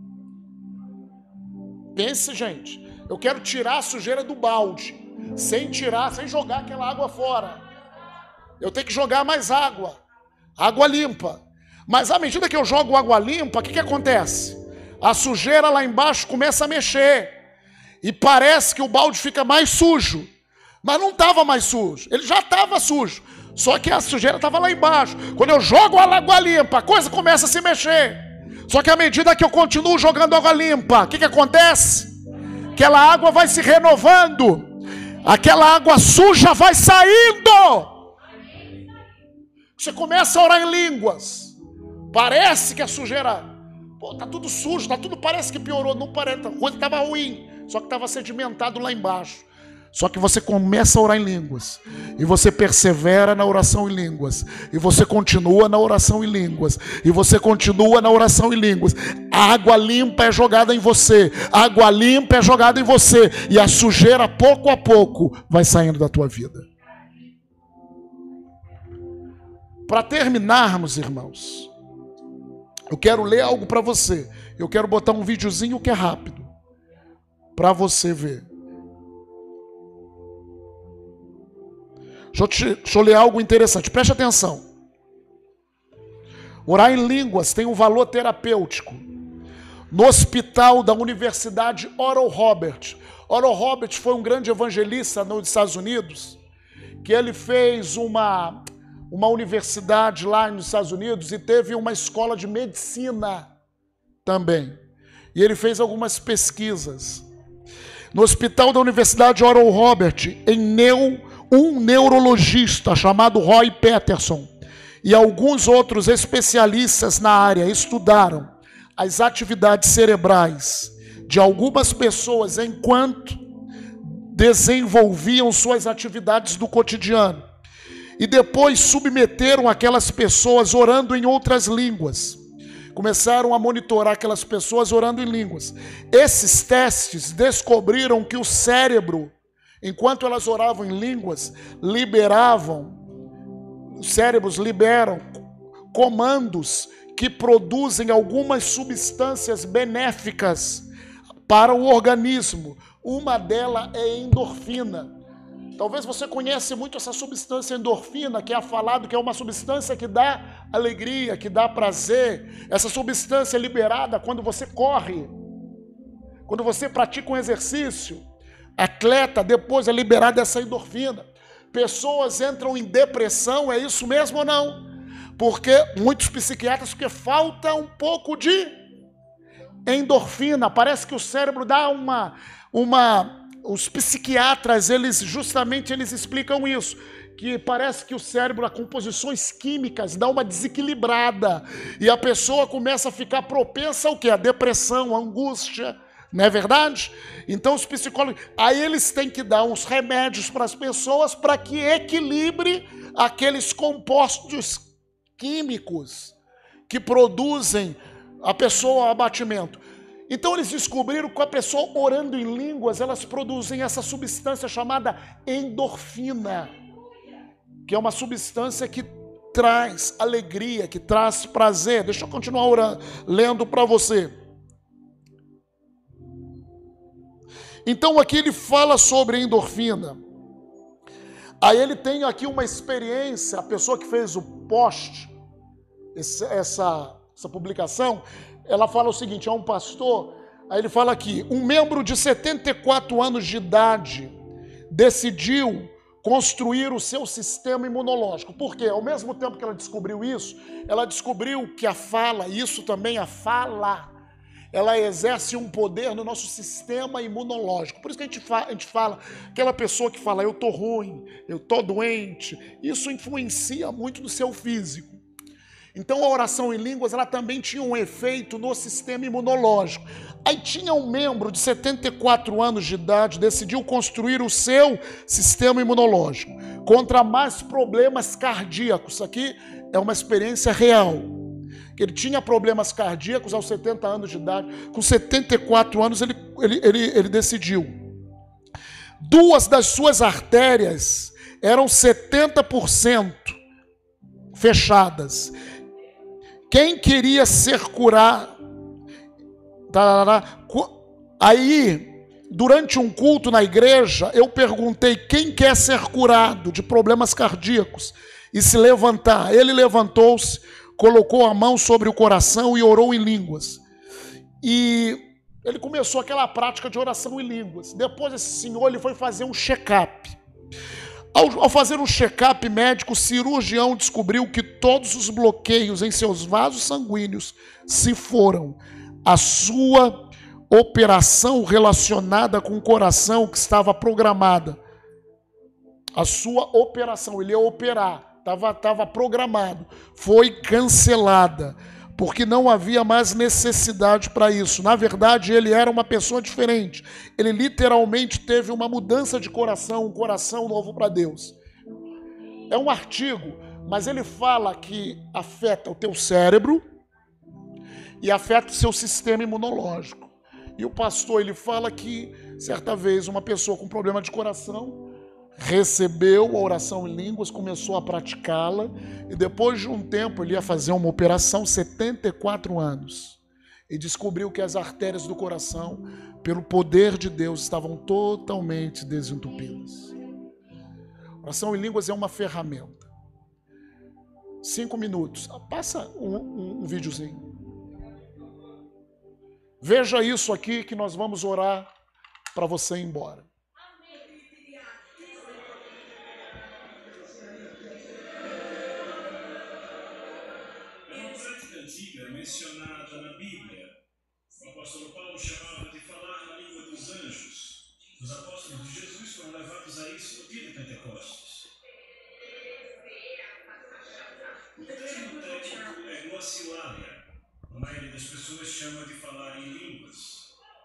Pense, gente, eu quero tirar a sujeira do balde, sem jogar aquela água fora. Eu tenho que jogar mais água limpa. Mas à medida que eu jogo água limpa, o que acontece? A sujeira lá embaixo começa a mexer. E parece que o balde fica mais sujo. Mas não estava mais sujo. Ele já estava sujo. Só que a sujeira estava lá embaixo. Quando eu jogo a água limpa, a coisa começa a se mexer. Só que à medida que eu continuo jogando água limpa, o que acontece? Aquela água vai se renovando. Aquela água suja vai saindo. Você começa a orar em línguas. Parece que a sujeira, tá tudo sujo, parece que piorou. Não parece, a coisa estava ruim, só que estava sedimentado lá embaixo. Só que você começa a orar em línguas, e você persevera na oração em línguas, e você continua na oração em línguas, e você continua na oração em línguas. A água limpa é jogada em você, a água limpa é jogada em você, e a sujeira pouco a pouco vai saindo da tua vida. Para terminarmos, irmãos, eu quero ler algo para você. Eu quero botar um videozinho que é rápido, para você ver. Deixa eu ler algo interessante. Preste atenção. Orar em línguas tem um valor terapêutico. No hospital da Universidade Oral Roberts. Oral Roberts foi um grande evangelista nos Estados Unidos, que ele fez uma universidade lá nos Estados Unidos e teve uma escola de medicina também. E ele fez algumas pesquisas. No hospital da Universidade Oral Roberts, um neurologista chamado Roy Peterson e alguns outros especialistas na área estudaram as atividades cerebrais de algumas pessoas enquanto desenvolviam suas atividades do cotidiano. E depois submeteram aquelas pessoas orando em outras línguas. Começaram a monitorar aquelas pessoas orando em línguas. Esses testes descobriram que o cérebro, enquanto elas oravam em línguas, os cérebros liberam comandos que produzem algumas substâncias benéficas para o organismo. Uma delas é endorfina. Talvez você conheça muito essa substância endorfina, que é falado que é uma substância que dá alegria, que dá prazer. Essa substância é liberada quando você corre, quando você pratica um exercício. Atleta, depois é liberada essa endorfina. Pessoas entram em depressão, é isso mesmo ou não? Porque muitos psiquiatras, porque falta um pouco de endorfina. Parece que o cérebro dá os psiquiatras, eles explicam isso, que parece que o cérebro, as composições químicas, dá uma desequilibrada, e a pessoa começa a ficar propensa ao quê? A depressão, a angústia, não é verdade? Então os psicólogos, aí eles têm que dar uns remédios para as pessoas para que equilibre aqueles compostos químicos que produzem a pessoa ao abatimento. Então eles descobriram que a pessoa orando em línguas, elas produzem essa substância chamada endorfina, que é uma substância que traz alegria, que traz prazer. Deixa eu continuar lendo para você. Então aqui ele fala sobre endorfina. Aí ele tem aqui uma experiência, a pessoa que fez o post, essa publicação, ela fala o seguinte, é um pastor, aí ele fala aqui, um membro de 74 anos de idade decidiu construir o seu sistema imunológico. Por quê? Ao mesmo tempo que ela descobriu isso, ela descobriu que a fala, isso também a fala, ela exerce um poder no nosso sistema imunológico. Por isso que a gente fala, aquela pessoa que fala, eu tô ruim, eu tô doente, isso influencia muito no seu físico. Então a oração em línguas, ela também tinha um efeito no sistema imunológico. Aí tinha um membro de 74 anos de idade, decidiu construir o seu sistema imunológico contra mais problemas cardíacos. Isso aqui é uma experiência real. Ele tinha problemas cardíacos aos 70 anos de idade. Com 74 anos ele decidiu. Duas das suas artérias eram 70% fechadas. Quem queria ser curado? Aí, durante um culto na igreja, eu perguntei quem quer ser curado de problemas cardíacos e se levantar. Ele levantou-se, colocou a mão sobre o coração e orou em línguas. E ele começou aquela prática de oração em línguas. Depois esse senhor ele foi fazer um check-up. Ao fazer um check-up médico, o cirurgião descobriu que todos os bloqueios em seus vasos sanguíneos se foram. A sua operação relacionada com o coração que estava programada. A sua operação, ele ia operar, estava programado, foi cancelada, porque não havia mais necessidade para isso. Na verdade, ele era uma pessoa diferente. Ele literalmente teve uma mudança de coração, um coração novo para Deus. É um artigo, mas ele fala que afeta o teu cérebro e afeta o seu sistema imunológico. E o pastor, ele fala que, certa vez, uma pessoa com problema de coração recebeu a oração em línguas, começou a praticá-la, e depois de um tempo ele ia fazer uma operação, 74 anos, e descobriu que as artérias do coração, pelo poder de Deus, estavam totalmente desentupidas. Oração em línguas é uma ferramenta. 5 minutos. Passa um videozinho. Veja isso aqui que nós vamos orar para você ir embora. Mencionada na Bíblia. O apóstolo Paulo chamava de falar na língua dos anjos. Os apóstolos de Jesus foram levados a isso no dia de Pentecostes. O termo técnico é glossilália. A maioria das pessoas chama de falar em línguas.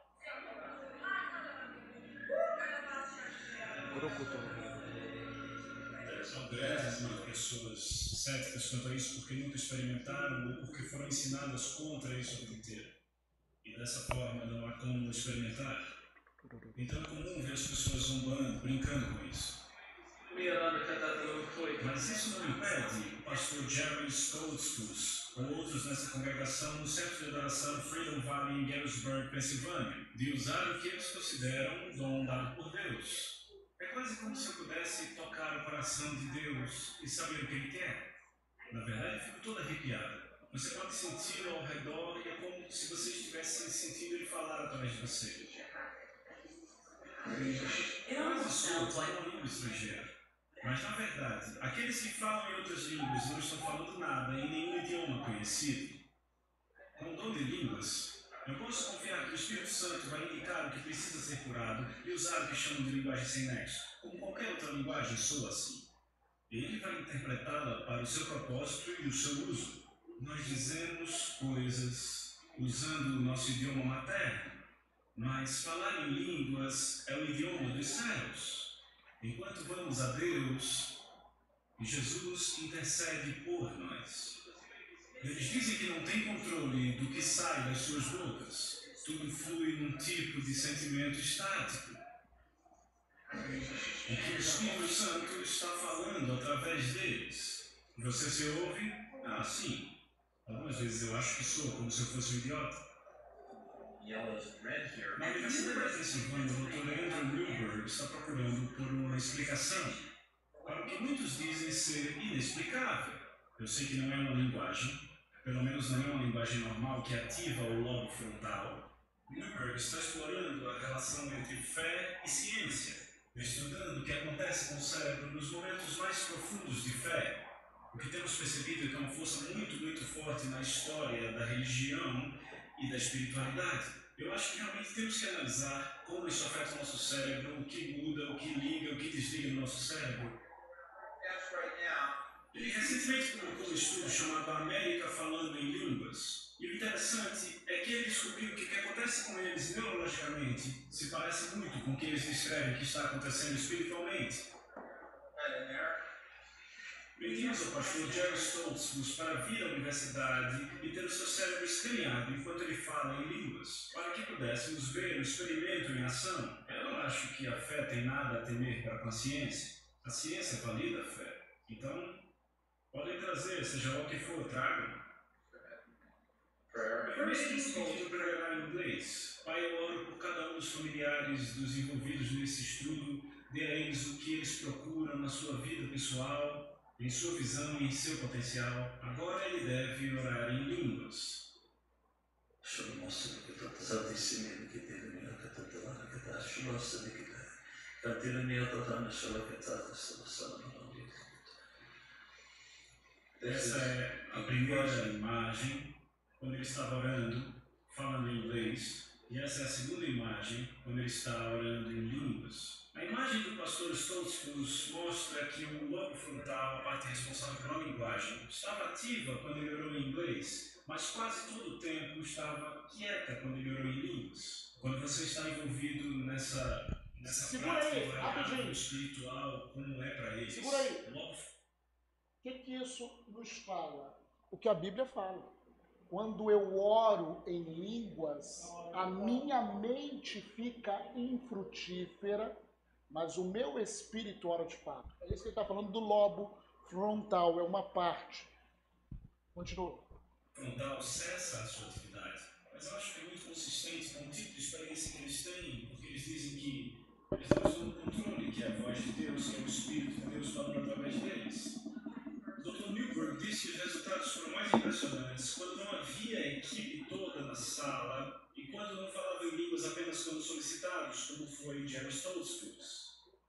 São grandes número de pessoas céticas quanto a isso porque nunca experimentaram ou porque foram ensinadas contra isso a vida inteira. E dessa forma não há como experimentar. Então é comum ver as pessoas zombando, brincando com isso. Mas isso não impede o pastor Jerry Stoltzfus ou outros nessa congregação no Centro de Adoração Freedom Valley em Gettysburg, Pensilvânia, de usar o que eles consideram um dom dado por Deus. É quase como se eu pudesse tocar o coração de Deus e saber o que Ele quer. Na verdade, eu fico toda arrepiada. Você pode senti-lo ao redor e é como se você estivesse sentindo Ele falar através de você. Quase soa uma língua estrangeira. Mas, na verdade, aqueles que falam em outras línguas não estão falando nada em nenhum idioma conhecido. Com o dom de línguas, eu posso confiar que o Espírito Santo vai indicar o que precisa ser curado e usar o que chamam de linguagem sem nexo, como qualquer outra linguagem soa assim. Ele vai interpretá-la para o seu propósito e o seu uso. Nós dizemos coisas usando o nosso idioma materno, mas falar em línguas é o idioma dos céus. Enquanto vamos a Deus, Jesus intercede por nós. Eles dizem que não tem controle do que sai das suas bocas. Tudo flui num tipo de sentimento estático. E que o Espírito Santo está falando através deles. Você se ouve? Ah, sim. Algumas vezes eu acho que sou como se eu fosse um idiota. Na Universidade da Pensilvânia, o Dr. Andrew Milberg está procurando por uma explicação para o que muitos dizem ser inexplicável. Eu sei que não é uma linguagem, pelo menos não é uma linguagem normal que ativa o lobo frontal. Milberg está explorando a relação entre fé e ciência. estudando o que acontece com o cérebro nos momentos mais profundos de fé. O que temos percebido é que é uma força muito, muito forte na história da religião e da espiritualidade. Eu acho que realmente temos que analisar como isso afeta o nosso cérebro, o que muda, o que liga, o que desliga no nosso cérebro. Ele recentemente publicou um estudo chamado América Falando em Línguas. E o interessante é que ele descobriu que o que acontece com eles neurologicamente se parece muito com o que eles descrevem que está acontecendo espiritualmente. Pedimos ao pastor Jerry Stoltzfus para vir à universidade e ter o seu cérebro escaneado enquanto ele fala em línguas, para que pudéssemos ver o experimento em ação. Eu não acho que a fé tem nada a temer para com a ciência. A ciência valida a fé. Então, podem trazer, seja lá o que for, tragam. Mesmo pedindo para gravar em inglês. Pai, eu oro por cada um dos familiares dos envolvidos nesse estudo, dê a eles o que eles procuram na sua vida pessoal, em sua visão e em seu potencial. Agora ele deve orar em línguas. Essa é a primeira imagem, quando ele estava orando, falando em inglês. E essa é a segunda imagem, quando ele está orando em línguas. A imagem do pastor Stoltzfus mostra que o lobo frontal, a parte responsável pela linguagem, estava ativa quando ele orou em inglês, mas quase todo o tempo estava quieta quando ele orou em línguas. Quando você está envolvido nessa prática variável espiritual, como é para eles? Segura aí. O que isso nos fala? O que a Bíblia fala. Quando eu oro em línguas, a minha mente fica infrutífera, mas o meu espírito ora de fato. É isso que ele está falando do lobo frontal, é uma parte. Continua. Frontal cessa a sua atividade, mas eu acho que é muito consistente com o tipo de experiência que eles têm, porque eles dizem que eles não estão no controle, que é a voz de Deus, que é o Espírito de Deus falando através deles. Dr. Newberg disse que os resultados foram mais impressionantes quando não havia a equipe toda na sala e quando não falavam em línguas apenas quando solicitados, como foi Jerry Stoltzfus.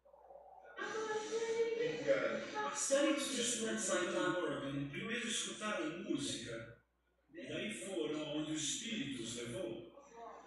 Participantes de estudos em Oregon primeiro escutaram música, e daí foram aonde o Espírito os levou.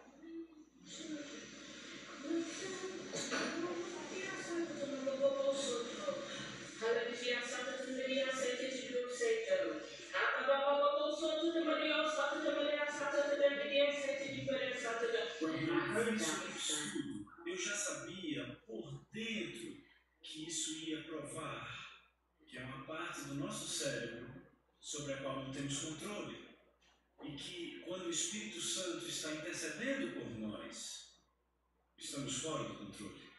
Eu já sabia por dentro que isso ia provar que é uma parte do nosso cérebro sobre a qual não temos controle e que quando o Espírito Santo está intercedendo por nós, estamos fora do controle.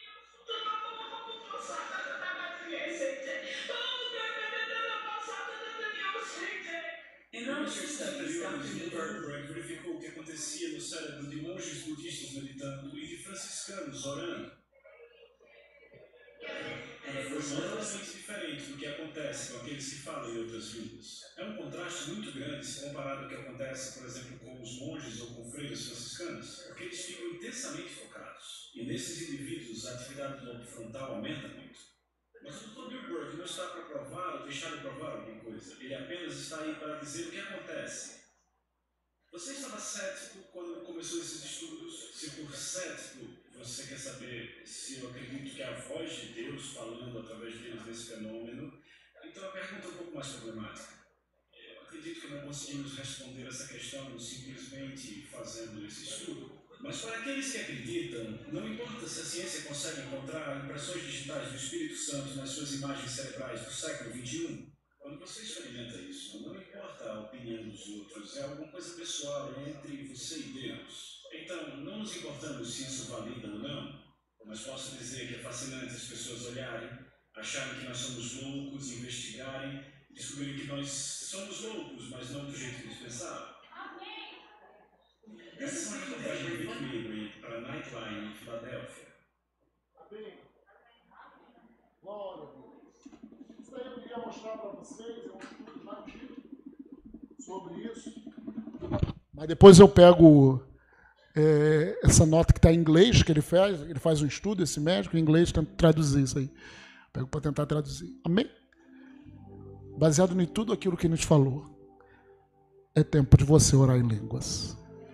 Em estudos anteriores, Newberg verificou o que acontecia no cérebro de monges budistas meditando e de franciscanos orando. Foi totalmente diferente do que acontece com aqueles que falam em outras línguas. É um contraste muito grande se comparado ao que acontece, por exemplo, com os monges ou com freiras franciscanos, porque eles ficam intensamente focados. E nesses indivíduos, a atividade do lobo frontal aumenta muito. Mas o Dr. Newberg não está para provar ou deixar de provar alguma coisa. Ele apenas está aí para dizer o que acontece. Você estava cético quando começou esses estudos? Se por cético você quer saber se eu acredito que é a voz de Deus falando através deles nesse fenômeno, então a pergunta é um pouco mais problemática. Eu acredito que não conseguimos responder essa questão simplesmente fazendo esse estudo. Mas para aqueles que acreditam, não importa se a ciência consegue encontrar impressões digitais do Espírito Santo nas suas imagens cerebrais do século XXI, quando você experimenta isso, não importa a opinião dos outros, é alguma coisa pessoal entre você e Deus. Então, não nos importamos se isso valida ou não, mas posso dizer que é fascinante as pessoas olharem, acharem que nós somos loucos, investigarem, descobrirem que nós somos loucos, mas não do jeito que eles pensavam. Essa é uma reportagem do Rick Mabry para Nightline, em Filadélfia. Glória a Deus. Isso aí eu queria mostrar para vocês, é um estudo já antigo sobre isso. Mas depois eu pego essa nota que está em inglês, que ele faz um estudo, esse médico, em inglês, tenta traduzir isso aí. Pego para tentar traduzir. Amém? Baseado em tudo aquilo que ele nos falou, é tempo de você orar em línguas.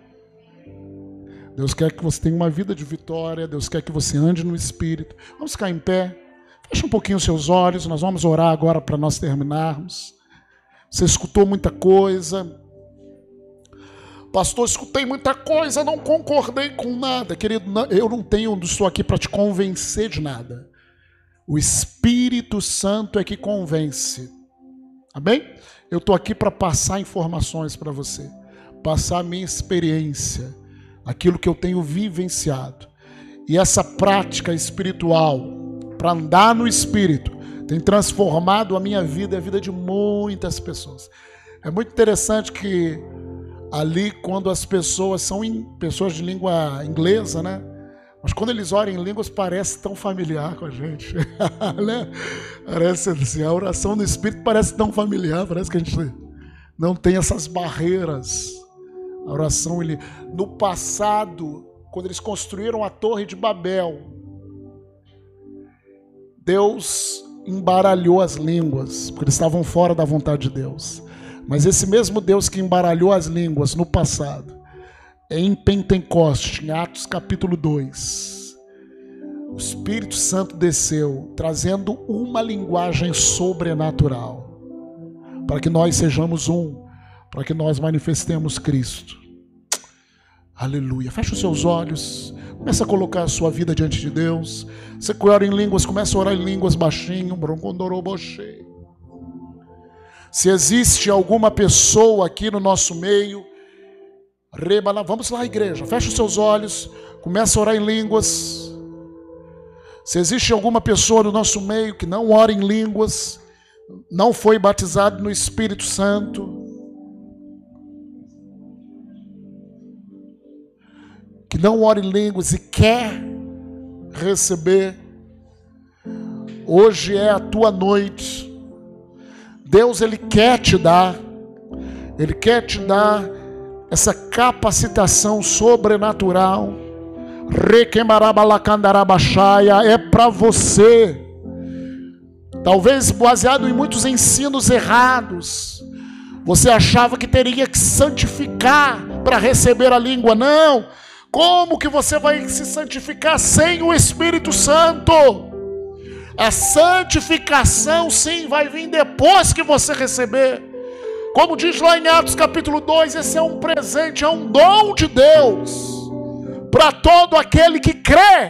Deus quer que você tenha uma vida de vitória, Deus quer que você ande no Espírito. Vamos ficar em pé, fecha um pouquinho os seus olhos, nós vamos orar agora para nós terminarmos. Você escutou muita coisa. Pastor, escutei muita coisa, não concordei com nada. Querido, eu não estou aqui para te convencer de nada. O Espírito Santo é que convence. Amém? Eu estou aqui para passar informações para você. Passar a minha experiência. Aquilo que eu tenho vivenciado. E essa prática espiritual, para andar no Espírito, tem transformado a minha vida e a vida de muitas pessoas. É muito interessante que ali, quando as pessoas são pessoas de língua inglesa, né? Mas quando eles oram em línguas, parece tão familiar com a gente. Né? Parece assim, a oração no Espírito parece tão familiar, parece que a gente não tem essas barreiras. A oração, no passado, quando eles construíram a Torre de Babel, Deus embaralhou as línguas, porque eles estavam fora da vontade de Deus. Mas esse mesmo Deus que embaralhou as línguas no passado, em Pentecoste, em Atos capítulo 2, o Espírito Santo desceu, trazendo uma linguagem sobrenatural, para que nós sejamos para que nós manifestemos Cristo. Aleluia. Fecha os seus olhos, começa a colocar a sua vida diante de Deus. Você que ora em línguas, começa a orar em línguas baixinho. Se existe alguma pessoa aqui no nosso meio, vamos lá, igreja, fecha os seus olhos, começa a orar em línguas. Se existe alguma pessoa no nosso meio que não ora em línguas, não foi batizado no Espírito Santo, que não ora em línguas e quer receber, hoje é a tua noite. Deus, Ele quer te dar essa capacitação sobrenatural. É para você. Talvez baseado em muitos ensinos errados, você achava que teria que santificar para receber a língua. Não! Como que você vai se santificar sem o Espírito Santo? A santificação, sim, vai vir depois que você receber. Como diz lá em Atos capítulo 2, esse é um presente, é um dom de Deus para todo aquele que crê.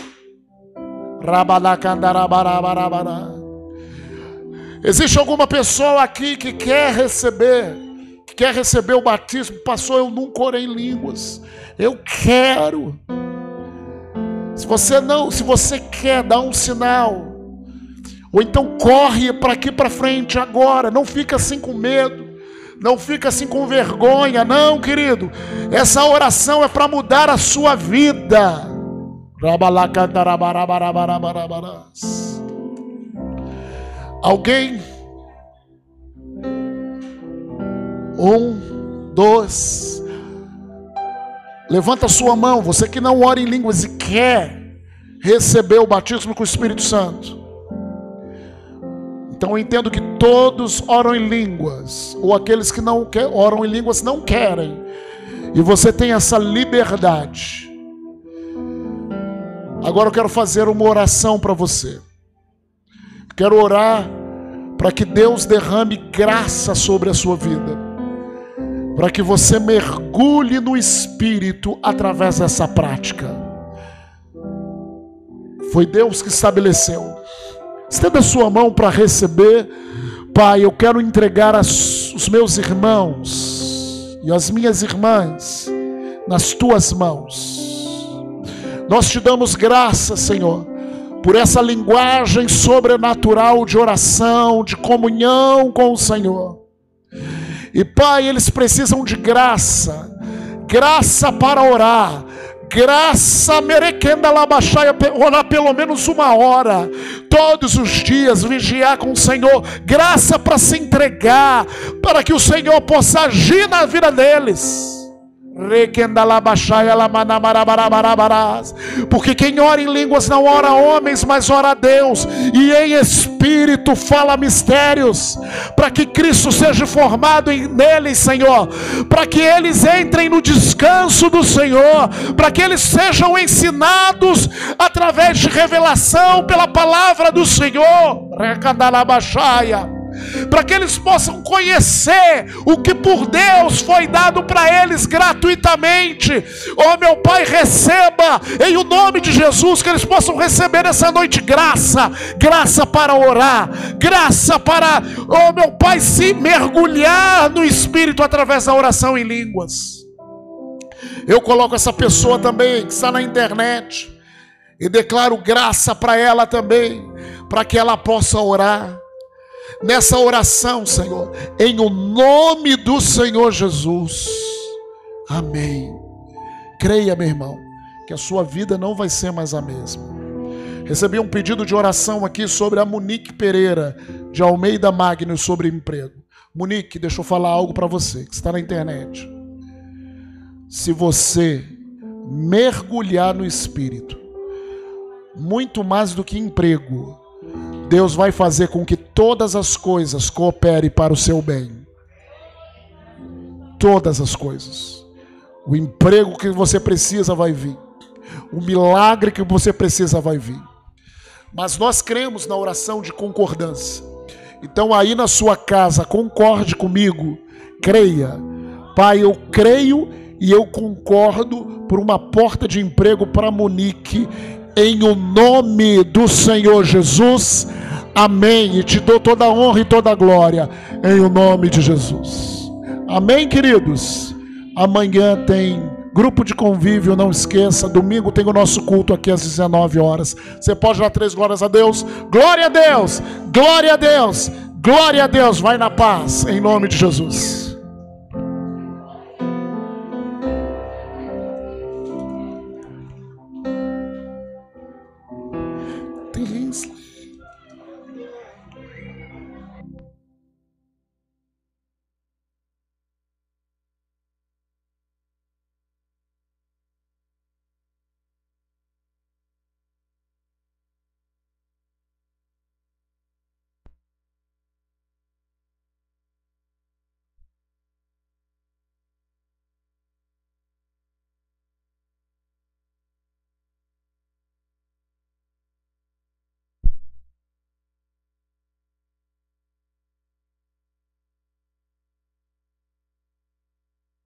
Existe alguma pessoa aqui que quer receber o batismo? Pastor, eu nunca orei em línguas. Eu quero. Se você quer, dá um sinal. Ou então corre para aqui para frente agora. Não fica assim com medo. Não fica assim com vergonha. Não, querido. Essa oração é para mudar a sua vida. Alguém? 1, 2. Levanta a sua mão, você que não ora em línguas e quer receber o batismo com o Espírito Santo. Então eu entendo que todos oram em línguas, ou aqueles que não oram em línguas não querem. E você tem essa liberdade. Agora eu quero fazer uma oração para você. Quero orar para que Deus derrame graça sobre a sua vida, para que você mergulhe no Espírito através dessa prática. Foi Deus que estabeleceu. Estenda a sua mão para receber. Pai, eu quero entregar os meus irmãos e as minhas irmãs nas tuas mãos. Nós te damos graças, Senhor, por essa linguagem sobrenatural de oração, de comunhão com o Senhor. E Pai, eles precisam de graça para orar, graça merequenda labaxaia, orar pelo menos 1 hora, todos os dias, vigiar com o Senhor, graça para se entregar, para que o Senhor possa agir na vida deles. Porque quem ora em línguas não ora a homens, mas ora a Deus, e em espírito fala mistérios, para que Cristo seja formado neles, Senhor, para que eles entrem no descanso do Senhor, para que eles sejam ensinados através de revelação pela palavra do Senhor, para que eles possam conhecer o que por Deus foi dado para eles gratuitamente. Oh meu Pai, receba em o nome de Jesus, que eles possam receber essa noite graça para orar, graça para, oh meu Pai, se mergulhar no Espírito através da oração em línguas. Eu coloco essa pessoa também que está na internet e declaro graça para ela também, para que ela possa orar nessa oração, Senhor, em o nome do Senhor Jesus. Amém. Creia, meu irmão, que a sua vida não vai ser mais a mesma. Recebi um pedido de oração aqui sobre a Monique Pereira, de Almeida Magno, sobre emprego. Monique, deixa eu falar algo para você, que está na internet. Se você mergulhar no Espírito, muito mais do que emprego, Deus vai fazer com que todas as coisas cooperem para o seu bem. Todas as coisas. O emprego que você precisa vai vir. O milagre que você precisa vai vir. Mas nós cremos na oração de concordância. Então aí na sua casa, concorde comigo. Creia. Pai, eu creio e eu concordo por uma porta de emprego para Monique. Em o nome do Senhor Jesus, amém. E te dou toda a honra e toda a glória, em o nome de Jesus. Amém, queridos? Amanhã tem grupo de convívio, não esqueça. Domingo tem o nosso culto aqui às 19 horas. Você pode dar 3 glórias a Deus? Glória a Deus! Glória a Deus! Glória a Deus! Vai na paz, em nome de Jesus.